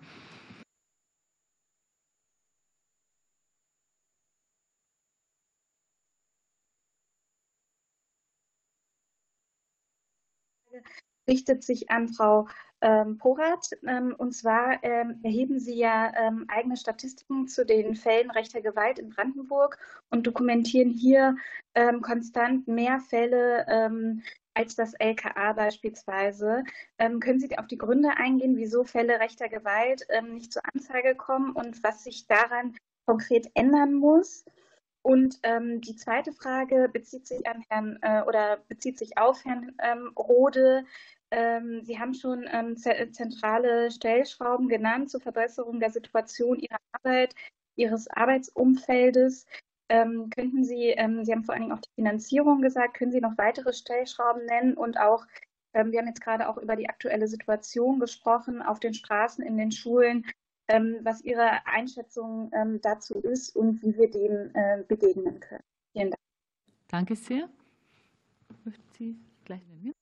Richtet sich an Frau ähm, Porath. Ähm, und zwar ähm, erheben Sie ja ähm, eigene Statistiken zu den Fällen rechter Gewalt in Brandenburg und dokumentieren hier ähm, konstant mehr Fälle ähm, als das L K A beispielsweise. Ähm, können Sie auf die Gründe eingehen, wieso Fälle rechter Gewalt ähm, nicht zur Anzeige kommen und was sich daran konkret ändern muss? Und ähm, die zweite Frage bezieht sich an Herrn äh, oder bezieht sich auf Herrn ähm, Rohde. Ähm, Sie haben schon ähm, zentrale Stellschrauben genannt zur Verbesserung der Situation Ihrer Arbeit, Ihres Arbeitsumfeldes. Ähm, könnten Sie, ähm, Sie haben vor allen Dingen auch die Finanzierung gesagt, können Sie noch weitere Stellschrauben nennen und auch Wir haben jetzt gerade auch über die aktuelle Situation gesprochen auf den Straßen, in den Schulen, was Ihre Einschätzung dazu ist und wie wir dem begegnen können. Vielen Dank. Danke sehr. Möchten Sie gleich nennen?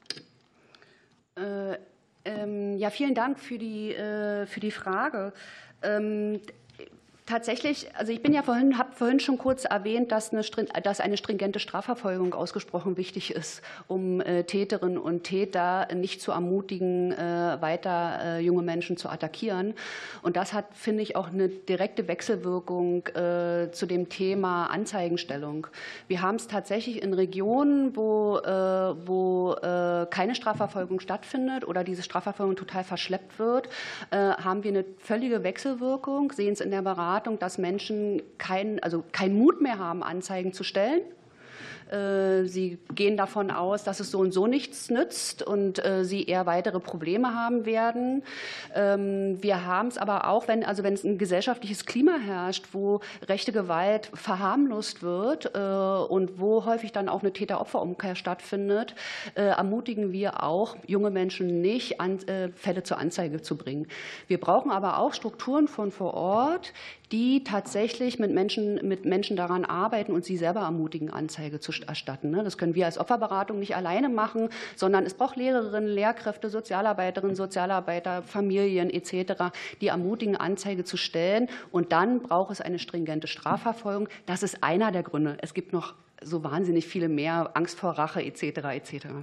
Äh, ähm, ja, vielen Dank für die, äh, für die Frage. Ähm, Tatsächlich, also ich bin ja vorhin, habe vorhin schon kurz erwähnt, dass eine, dass eine stringente Strafverfolgung ausgesprochen wichtig ist, um äh, Täterinnen und Täter nicht zu ermutigen, äh, weiter äh, junge Menschen zu attackieren. Und das hat, finde ich, auch eine direkte Wechselwirkung äh, zu dem Thema Anzeigenstellung. Wir haben es tatsächlich in Regionen, wo, äh, wo äh, keine Strafverfolgung stattfindet oder diese Strafverfolgung total verschleppt wird, äh, haben wir eine völlige Wechselwirkung, sehen es in der Beratung, dass Menschen keinen also keinen Mut mehr haben, Anzeigen zu stellen. Sie gehen davon aus, dass es so und so nichts nützt und sie eher weitere Probleme haben werden. Wir haben es aber auch, wenn, also wenn es ein gesellschaftliches Klima herrscht, wo rechte Gewalt verharmlost wird und wo häufig dann auch eine Täter-Opfer-Umkehr stattfindet, ermutigen wir auch junge Menschen nicht, Fälle zur Anzeige zu bringen. Wir brauchen aber auch Strukturen von vor Ort, die tatsächlich mit Menschen, mit Menschen daran arbeiten und sie selber ermutigen, Anzeige zu erstatten. Das können wir als Opferberatung nicht alleine machen, sondern es braucht Lehrerinnen, Lehrkräfte, Sozialarbeiterinnen, Sozialarbeiter, Familien et cetera, die ermutigen, Anzeige zu stellen. Und dann braucht es eine stringente Strafverfolgung. Das ist einer der Gründe. Es gibt noch so wahnsinnig viele mehr, Angst vor Rache et cetera et cetera.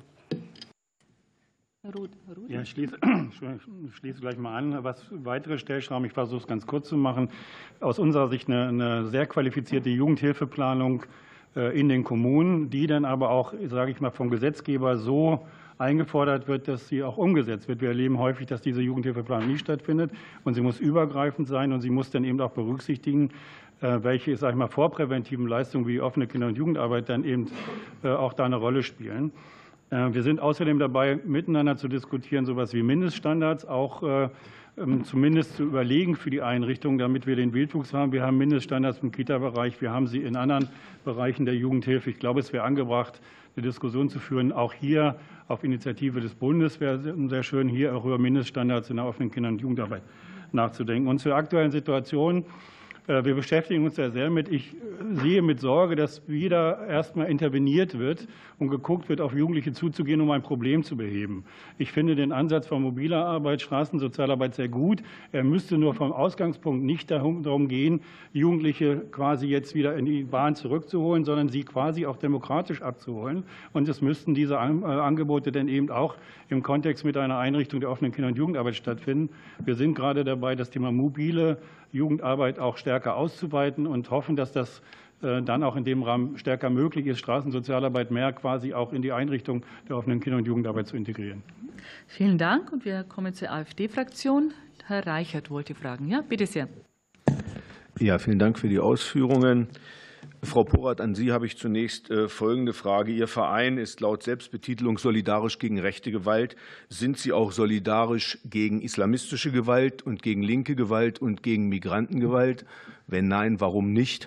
Ja, ich schließe, ich schließe gleich mal an. Was weitere Stellschrauben, ich versuche es ganz kurz zu machen. Aus unserer Sicht eine, eine sehr qualifizierte Jugendhilfeplanung in den Kommunen, die dann aber auch, sage ich mal, vom Gesetzgeber so eingefordert wird, dass sie auch umgesetzt wird. Wir erleben häufig, dass diese Jugendhilfeplanung nie stattfindet, und sie muss übergreifend sein und sie muss dann eben auch berücksichtigen, welche, sage ich mal, vorpräventiven Leistungen wie offene Kinder- und Jugendarbeit dann eben auch da eine Rolle spielen. Wir sind außerdem dabei, miteinander zu diskutieren, so etwas wie Mindeststandards auch zumindest zu überlegen für die Einrichtungen, damit wir den Wildwuchs haben. Wir haben Mindeststandards im Kita-Bereich, wir haben sie in anderen Bereichen der Jugendhilfe. Ich glaube, es wäre angebracht, eine Diskussion zu führen, auch hier auf Initiative des Bundes wäre sehr schön, hier auch über Mindeststandards in der offenen Kinder- und Jugendarbeit nachzudenken. Und zur aktuellen Situation. Wir beschäftigen uns ja sehr mit. Ich sehe mit Sorge, dass wieder erst mal interveniert wird und geguckt wird, auf Jugendliche zuzugehen, um ein Problem zu beheben. Ich finde den Ansatz von mobiler Arbeit, Straßensozialarbeit sehr gut. Er müsste nur vom Ausgangspunkt nicht darum gehen, Jugendliche quasi jetzt wieder in die Bahn zurückzuholen, sondern sie quasi auch demokratisch abzuholen. Und es müssten diese Angebote dann eben auch im Kontext mit einer Einrichtung der offenen Kinder- und Jugendarbeit stattfinden. Wir sind gerade dabei, das Thema mobile Jugendarbeit auch stärker auszuweiten und hoffen, dass das dann auch in dem Rahmen stärker möglich ist, Straßensozialarbeit mehr quasi auch in die Einrichtung der offenen Kinder- und Jugendarbeit zu integrieren. Vielen Dank. Und wir kommen zur AfD-Fraktion. Herr Reichert wollte fragen. Ja, bitte sehr. Ja, vielen Dank für die Ausführungen. Frau Porath, an Sie habe ich zunächst folgende Frage. Ihr Verein ist laut Selbstbetitelung solidarisch gegen rechte Gewalt. Sind Sie auch solidarisch gegen islamistische Gewalt und gegen linke Gewalt und gegen Migrantengewalt? Wenn nein, warum nicht?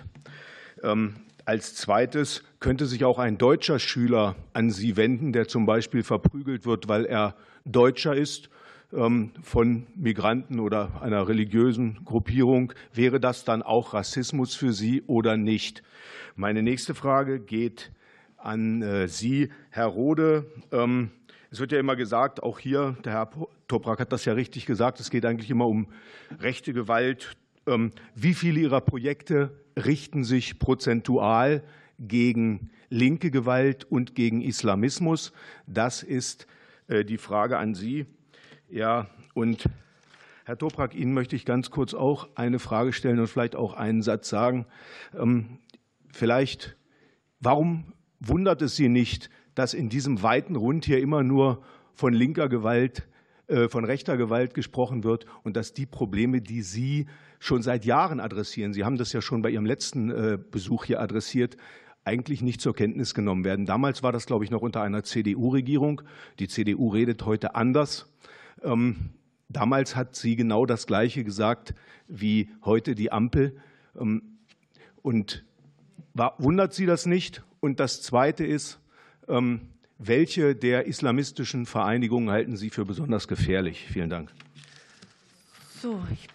Als Zweites, könnte sich auch ein deutscher Schüler an Sie wenden, der zum Beispiel verprügelt wird, weil er Deutscher ist, von Migranten oder einer religiösen Gruppierung? Wäre das dann auch Rassismus für Sie oder nicht? Meine nächste Frage geht an Sie, Herr Rohde. Es wird ja immer gesagt, auch hier, der Herr Toprak hat das ja richtig gesagt, es geht eigentlich immer um rechte Gewalt. Wie viele Ihrer Projekte richten sich prozentual gegen linke Gewalt und gegen Islamismus? Das ist die Frage an Sie. Ja, und Herr Toprak, Ihnen möchte ich ganz kurz auch eine Frage stellen und vielleicht auch einen Satz sagen. Vielleicht, warum wundert es Sie nicht, dass in diesem weiten Rund hier immer nur von linker Gewalt, von rechter Gewalt gesprochen wird und dass die Probleme, die Sie schon seit Jahren adressieren, Sie haben das ja schon bei Ihrem letzten Besuch hier adressiert, eigentlich nicht zur Kenntnis genommen werden? Damals war das, glaube ich, noch unter einer C D U-Regierung. Die C D U redet heute anders. Damals hat sie genau das Gleiche gesagt wie heute die Ampel. Und wundert Sie das nicht? Und das Zweite ist, Welche der islamistischen Vereinigungen halten Sie für besonders gefährlich? Vielen Dank. So, ich,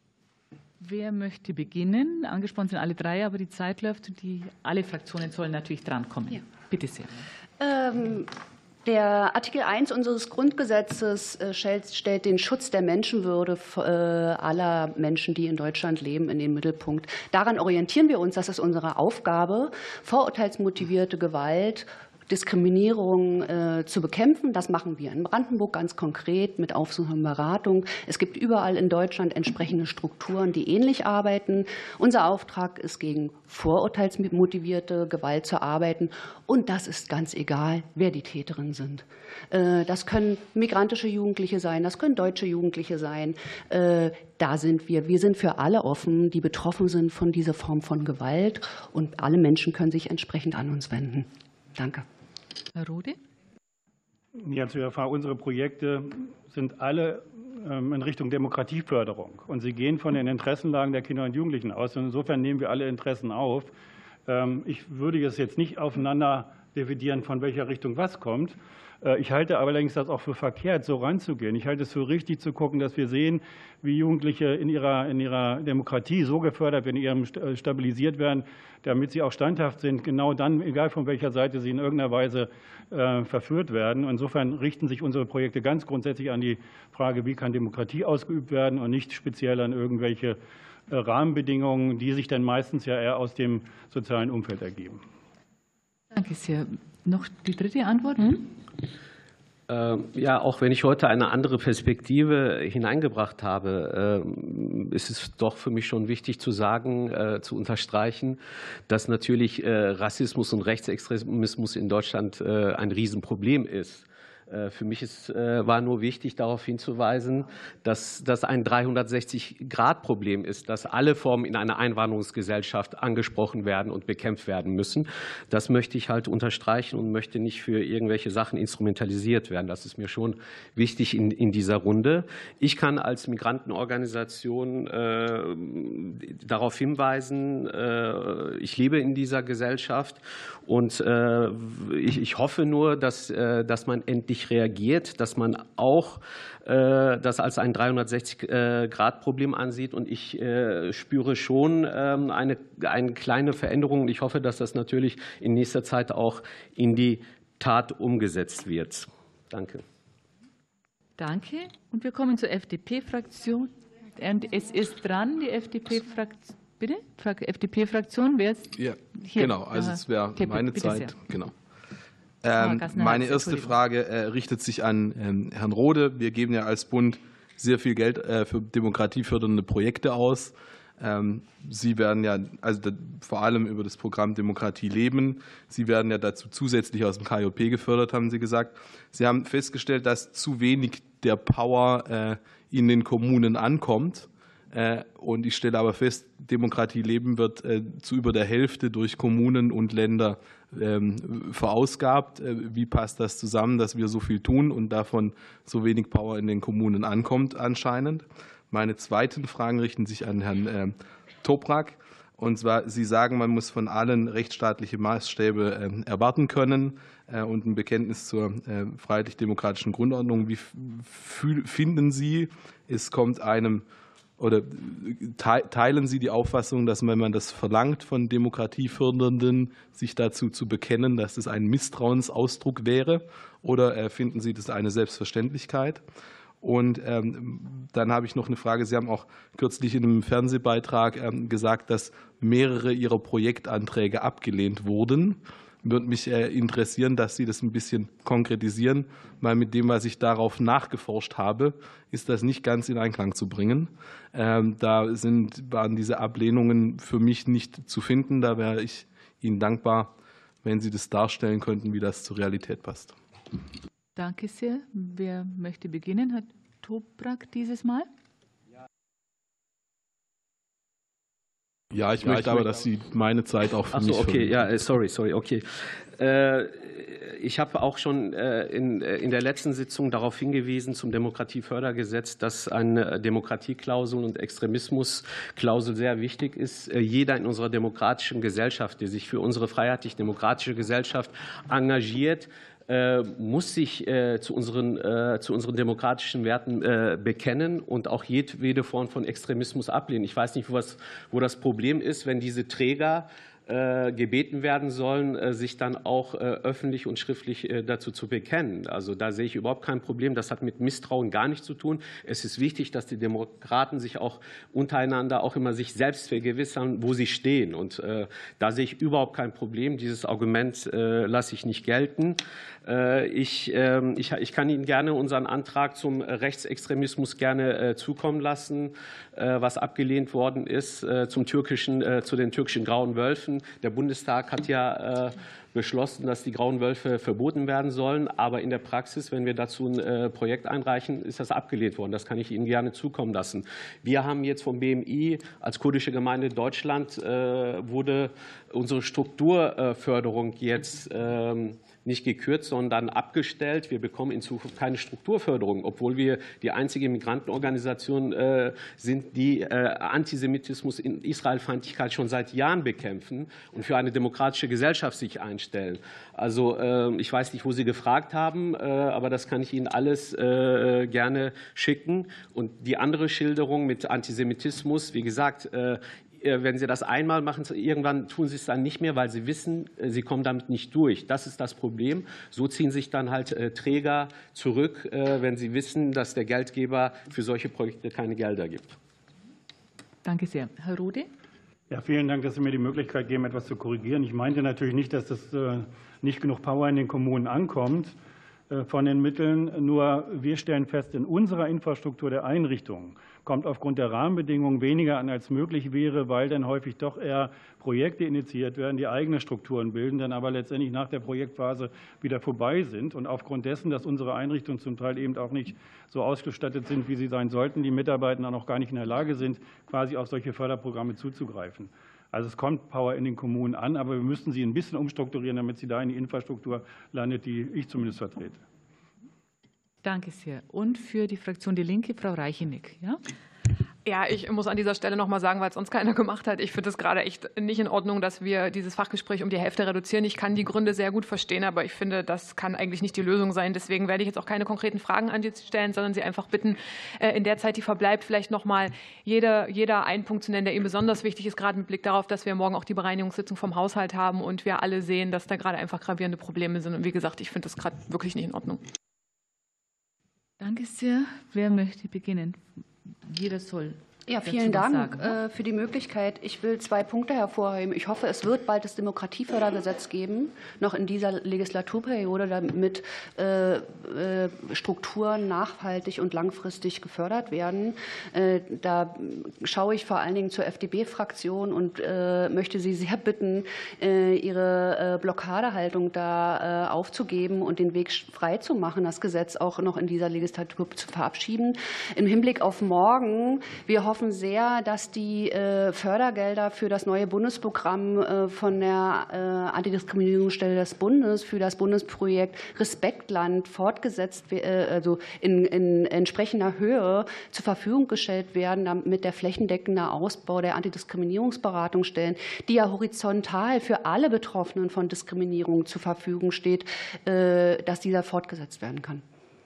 wer möchte beginnen? Angesprochen sind alle drei, aber die Zeit läuft und die, alle Fraktionen sollen natürlich drankommen. Ja. Bitte sehr. Ähm Der Artikel eins unseres Grundgesetzes stellt den Schutz der Menschenwürde aller Menschen, die in Deutschland leben, in den Mittelpunkt. Daran orientieren wir uns. Das ist unsere Aufgabe, vorurteilsmotivierte Gewalt, Diskriminierung äh, zu bekämpfen. Das machen wir in Brandenburg ganz konkret mit Aufsuch und Beratung. Es gibt überall in Deutschland entsprechende Strukturen, die ähnlich arbeiten. Unser Auftrag ist, gegen vorurteilsmotivierte Gewalt zu arbeiten. Und das ist ganz egal, wer die Täterinnen sind. Äh, das können migrantische Jugendliche sein, das können deutsche Jugendliche sein. Äh, da sind wir. Wir sind für alle offen, die betroffen sind von dieser Form von Gewalt. Und alle Menschen können sich entsprechend an uns wenden. Danke. Herr Rode? Ja, zu erfahren, unsere Projekte sind alle in Richtung Demokratieförderung. Und sie gehen von den Interessenlagen der Kinder und Jugendlichen aus. Und insofern nehmen wir alle Interessen auf. Ich würde es jetzt nicht aufeinander dividieren, von welcher Richtung was kommt. Ich halte allerdings das auch für verkehrt, so ranzugehen. Ich halte es für richtig zu gucken, dass wir sehen, wie Jugendliche in ihrer, in ihrer Demokratie so gefördert werden, in ihrem stabilisiert werden, damit sie auch standhaft sind, genau dann, egal von welcher Seite sie in irgendeiner Weise äh, verführt werden. Insofern richten sich unsere Projekte ganz grundsätzlich an die Frage, wie kann Demokratie ausgeübt werden und nicht speziell an irgendwelche äh, Rahmenbedingungen, die sich dann meistens ja eher aus dem sozialen Umfeld ergeben. Danke sehr. Noch die dritte Antwort? Hm? Ja, auch wenn ich heute eine andere Perspektive hineingebracht habe, ist es doch für mich schon wichtig zu sagen, zu unterstreichen, dass natürlich Rassismus und Rechtsextremismus in Deutschland ein Riesenproblem ist. Für mich ist, war nur wichtig, darauf hinzuweisen, dass das ein dreihundertsechzig-Grad-Problem ist, dass alle Formen in einer Einwanderungsgesellschaft angesprochen werden und bekämpft werden müssen. Das möchte ich halt unterstreichen und möchte nicht für irgendwelche Sachen instrumentalisiert werden. Das ist mir schon wichtig in, in dieser Runde. Ich kann als Migrantenorganisation äh, darauf hinweisen, äh, ich lebe in dieser Gesellschaft und äh, ich, ich hoffe nur, dass, äh, dass man endlich reagiert, dass man auch äh, das als ein dreihundertsechzig-Grad-Problem ansieht. Und ich äh, spüre schon ähm, eine, eine kleine Veränderung. Und ich hoffe, dass das natürlich in nächster Zeit auch in die Tat umgesetzt wird. Danke. Danke. Und wir kommen zur F D P-Fraktion. Und es ist dran, die F D P-Fraktion. Bitte? F D P-Fraktion, wer ist ja, hier? Genau, also es wäre okay, meine bitte Zeit. Sehr. Genau. Ähm, meine erste Frage äh, richtet sich an ähm, Herrn Rode. Wir geben ja als Bund sehr viel Geld äh, für demokratiefördernde Projekte aus. Ähm, Sie werden ja, also da, vor allem über das Programm Demokratie leben. Sie werden ja dazu zusätzlich aus dem K J P gefördert, haben Sie gesagt. Sie haben festgestellt, dass zu wenig der Power äh, in den Kommunen ankommt. Und ich stelle aber fest, Demokratie leben wird zu über der Hälfte durch Kommunen und Länder verausgabt. Wie passt das zusammen, dass wir so viel tun und davon so wenig Power in den Kommunen ankommt anscheinend? Meine zweiten Fragen richten sich an Herrn Toprak. Und zwar, Sie sagen, man muss von allen rechtsstaatliche Maßstäbe erwarten können und ein Bekenntnis zur freiheitlich-demokratischen Grundordnung. Wie finden Sie, es kommt einem Oder teilen Sie die Auffassung, dass wenn man das verlangt von Demokratiefördernden, sich dazu zu bekennen, dass das ein Misstrauensausdruck wäre? Oder finden Sie das eine Selbstverständlichkeit? Und dann habe ich noch eine Frage. Sie haben auch kürzlich in einem Fernsehbeitrag gesagt, dass mehrere Ihrer Projektanträge abgelehnt wurden. Würde mich interessieren, dass Sie das ein bisschen konkretisieren, weil mit dem, was ich darauf nachgeforscht habe, ist das nicht ganz in Einklang zu bringen. Da sind, waren diese Ablehnungen für mich nicht zu finden. Da wäre ich Ihnen dankbar, wenn Sie das darstellen könnten, wie das zur Realität passt. Danke sehr. Wer möchte beginnen? Herr Toprak dieses Mal? Ja, ich ja, möchte ich aber, dass Sie meine Zeit auch für Ach so, mich okay, ja, sorry, sorry, okay. Ich habe auch schon in, in der letzten Sitzung darauf hingewiesen zum Demokratiefördergesetz, dass eine Demokratieklausel und Extremismusklausel sehr wichtig ist. Jeder in unserer demokratischen Gesellschaft, der sich für unsere freiheitlich-demokratische Gesellschaft engagiert, muss sich zu unseren, zu unseren demokratischen Werten bekennen und auch jedwede Form von Extremismus ablehnen. Ich weiß nicht, wo, was, wo das Problem ist, wenn diese Träger gebeten werden sollen, sich dann auch öffentlich und schriftlich dazu zu bekennen. Also da sehe ich überhaupt kein Problem. Das hat mit Misstrauen gar nichts zu tun. Es ist wichtig, dass die Demokraten sich auch untereinander auch immer sich selbst vergewissern, wo sie stehen. Und äh, da sehe ich überhaupt kein Problem. Dieses Argument äh, lasse ich nicht gelten. Äh, ich, äh, ich, ich kann Ihnen gerne unseren Antrag zum Rechtsextremismus gerne äh, zukommen lassen, äh, was abgelehnt worden ist, äh, zum türkischen, äh, zu den türkischen Grauen Wölfen. Der Bundestag hat ja beschlossen, dass die Grauen Wölfe verboten werden sollen. Aber in der Praxis, wenn wir dazu ein Projekt einreichen, ist das abgelehnt worden. Das kann ich Ihnen gerne zukommen lassen. Wir haben jetzt vom B M I als kurdische Gemeinde Deutschland wurde unsere Strukturförderung jetzt nicht gekürzt, sondern abgestellt. Wir bekommen in Zukunft keine Strukturförderung, obwohl wir die einzige Migrantenorganisation äh, sind, die äh, Antisemitismus in Israelfeindlichkeit schon seit Jahren bekämpfen und für eine demokratische Gesellschaft sich einstellen. Also äh, ich weiß nicht, wo Sie gefragt haben, äh, aber das kann ich Ihnen alles äh, gerne schicken. Und die andere Schilderung mit Antisemitismus, wie gesagt, äh, wenn Sie das einmal machen, irgendwann tun Sie es dann nicht mehr, weil Sie wissen, Sie kommen damit nicht durch. Das ist das Problem. So ziehen sich dann halt Träger zurück, wenn sie wissen, dass der Geldgeber für solche Projekte keine Gelder gibt. Danke sehr. Herr Rode? Ja, vielen Dank, dass Sie mir die Möglichkeit geben, etwas zu korrigieren. Ich meinte natürlich nicht, dass das nicht genug Power in den Kommunen ankommt von den Mitteln. Nur wir stellen fest, in unserer Infrastruktur der Einrichtungen kommt aufgrund der Rahmenbedingungen weniger an, als möglich wäre, weil dann häufig doch eher Projekte initiiert werden, die eigene Strukturen bilden, dann aber letztendlich nach der Projektphase wieder vorbei sind. Und aufgrund dessen, dass unsere Einrichtungen zum Teil eben auch nicht so ausgestattet sind, wie sie sein sollten, die Mitarbeiter dann auch gar nicht in der Lage sind, quasi auf solche Förderprogramme zuzugreifen. Also es kommt Power in den Kommunen an, aber wir müssen sie ein bisschen umstrukturieren, damit sie da in die Infrastruktur landet, die ich zumindest vertrete. Danke sehr. Und für die Fraktion Die Linke, Frau Reicheneck. Ja? Ja, ich muss an dieser Stelle noch mal sagen, weil es sonst keiner gemacht hat, ich finde es gerade echt nicht in Ordnung, dass wir dieses Fachgespräch um die Hälfte reduzieren. Ich kann die Gründe sehr gut verstehen, aber ich finde, das kann eigentlich nicht die Lösung sein. Deswegen werde ich jetzt auch keine konkreten Fragen an Sie stellen, sondern Sie einfach bitten, in der Zeit, die verbleibt, vielleicht noch mal jeder, jeder einen Punkt zu nennen, der Ihnen besonders wichtig ist, gerade mit Blick darauf, dass wir morgen auch die Bereinigungssitzung vom Haushalt haben und wir alle sehen, dass da gerade einfach gravierende Probleme sind. Und wie gesagt, ich finde das gerade wirklich nicht in Ordnung. Danke sehr. Wer möchte beginnen? Jeder soll. Ja, vielen Dank äh, für die Möglichkeit. Ich will zwei Punkte hervorheben. Ich hoffe, es wird bald das Demokratiefördergesetz geben, noch in dieser Legislaturperiode, damit äh, äh, Strukturen nachhaltig und langfristig gefördert werden. Äh, da schaue ich vor allen Dingen zur F D P-Fraktion und äh, möchte Sie sehr bitten, äh, Ihre äh, Blockadehaltung da äh, aufzugeben und den Weg frei zu machen, das Gesetz auch noch in dieser Legislatur zu verabschieden. Im Hinblick auf morgen, wir hoffen, Wir hoffen sehr, dass die Fördergelder für das neue Bundesprogramm von der Antidiskriminierungsstelle des Bundes für das Bundesprojekt Respektland fortgesetzt, also in, in entsprechender Höhe zur Verfügung gestellt werden, damit der flächendeckende Ausbau der Antidiskriminierungsberatungsstellen, die ja horizontal für alle Betroffenen von Diskriminierung zur Verfügung steht, dass dieser fortgesetzt werden kann.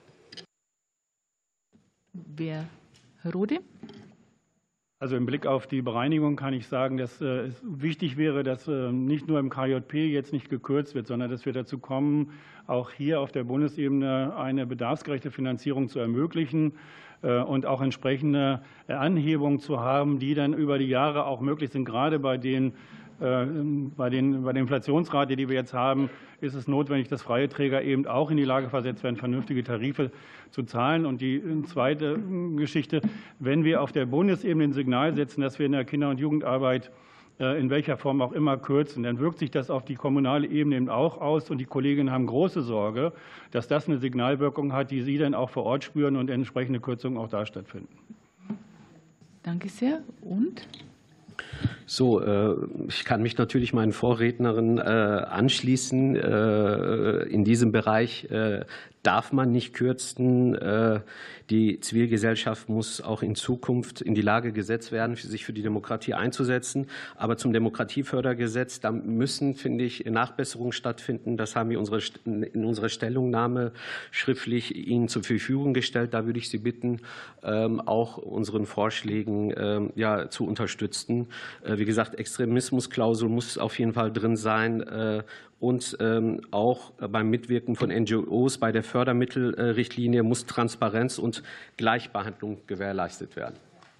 Wer? Herr Rode? Also im Blick auf die Bereinigung kann ich sagen, dass es wichtig wäre, dass nicht nur im K J P jetzt nicht gekürzt wird, sondern dass wir dazu kommen, auch hier auf der Bundesebene eine bedarfsgerechte Finanzierung zu ermöglichen und auch entsprechende Anhebungen zu haben, die dann über die Jahre auch möglich sind. Gerade bei den Bei, den, bei der Inflationsrate, die wir jetzt haben, ist es notwendig, dass freie Träger eben auch in die Lage versetzt werden, vernünftige Tarife zu zahlen. Und die zweite Geschichte, wenn wir auf der Bundesebene ein Signal setzen, dass wir in der Kinder- und Jugendarbeit in welcher Form auch immer kürzen, dann wirkt sich das auf die kommunale Ebene eben auch aus. Und die Kolleginnen haben große Sorge, dass das eine Signalwirkung hat, die sie dann auch vor Ort spüren und entsprechende Kürzungen auch da stattfinden. Danke sehr. Und? So, ich kann mich natürlich meinen Vorrednerinnen anschließen. In diesem Bereich darf man nicht kürzen. Die Zivilgesellschaft muss auch in Zukunft in die Lage gesetzt werden, sich für die Demokratie einzusetzen. Aber zum Demokratiefördergesetz, da müssen, finde ich, Nachbesserungen stattfinden. Das haben wir in unserer Stellungnahme schriftlich Ihnen zur Verfügung gestellt. Da würde ich Sie bitten, auch unseren Vorschlägen ja, zu unterstützen. Wie gesagt, Extremismusklausel muss auf jeden Fall drin sein. Und auch beim Mitwirken von N G Os bei der Fördermittelrichtlinie muss Transparenz und Gleichbehandlung gewährleistet werden.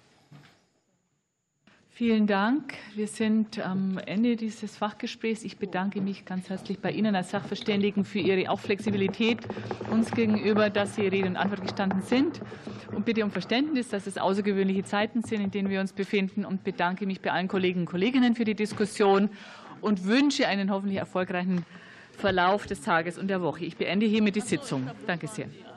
Vielen Dank. Wir sind am Ende dieses Fachgesprächs. Ich bedanke mich ganz herzlich bei Ihnen als Sachverständigen für Ihre auch Flexibilität uns gegenüber, dass Sie Rede und Antwort gestanden sind. Und bitte um Verständnis, dass es außergewöhnliche Zeiten sind, in denen wir uns befinden. Und bedanke mich bei allen Kollegen und Kolleginnen für die Diskussion und wünsche einen hoffentlich erfolgreichen Verlauf des Tages und der Woche. Ich beende hiermit die Sitzung. Danke sehr.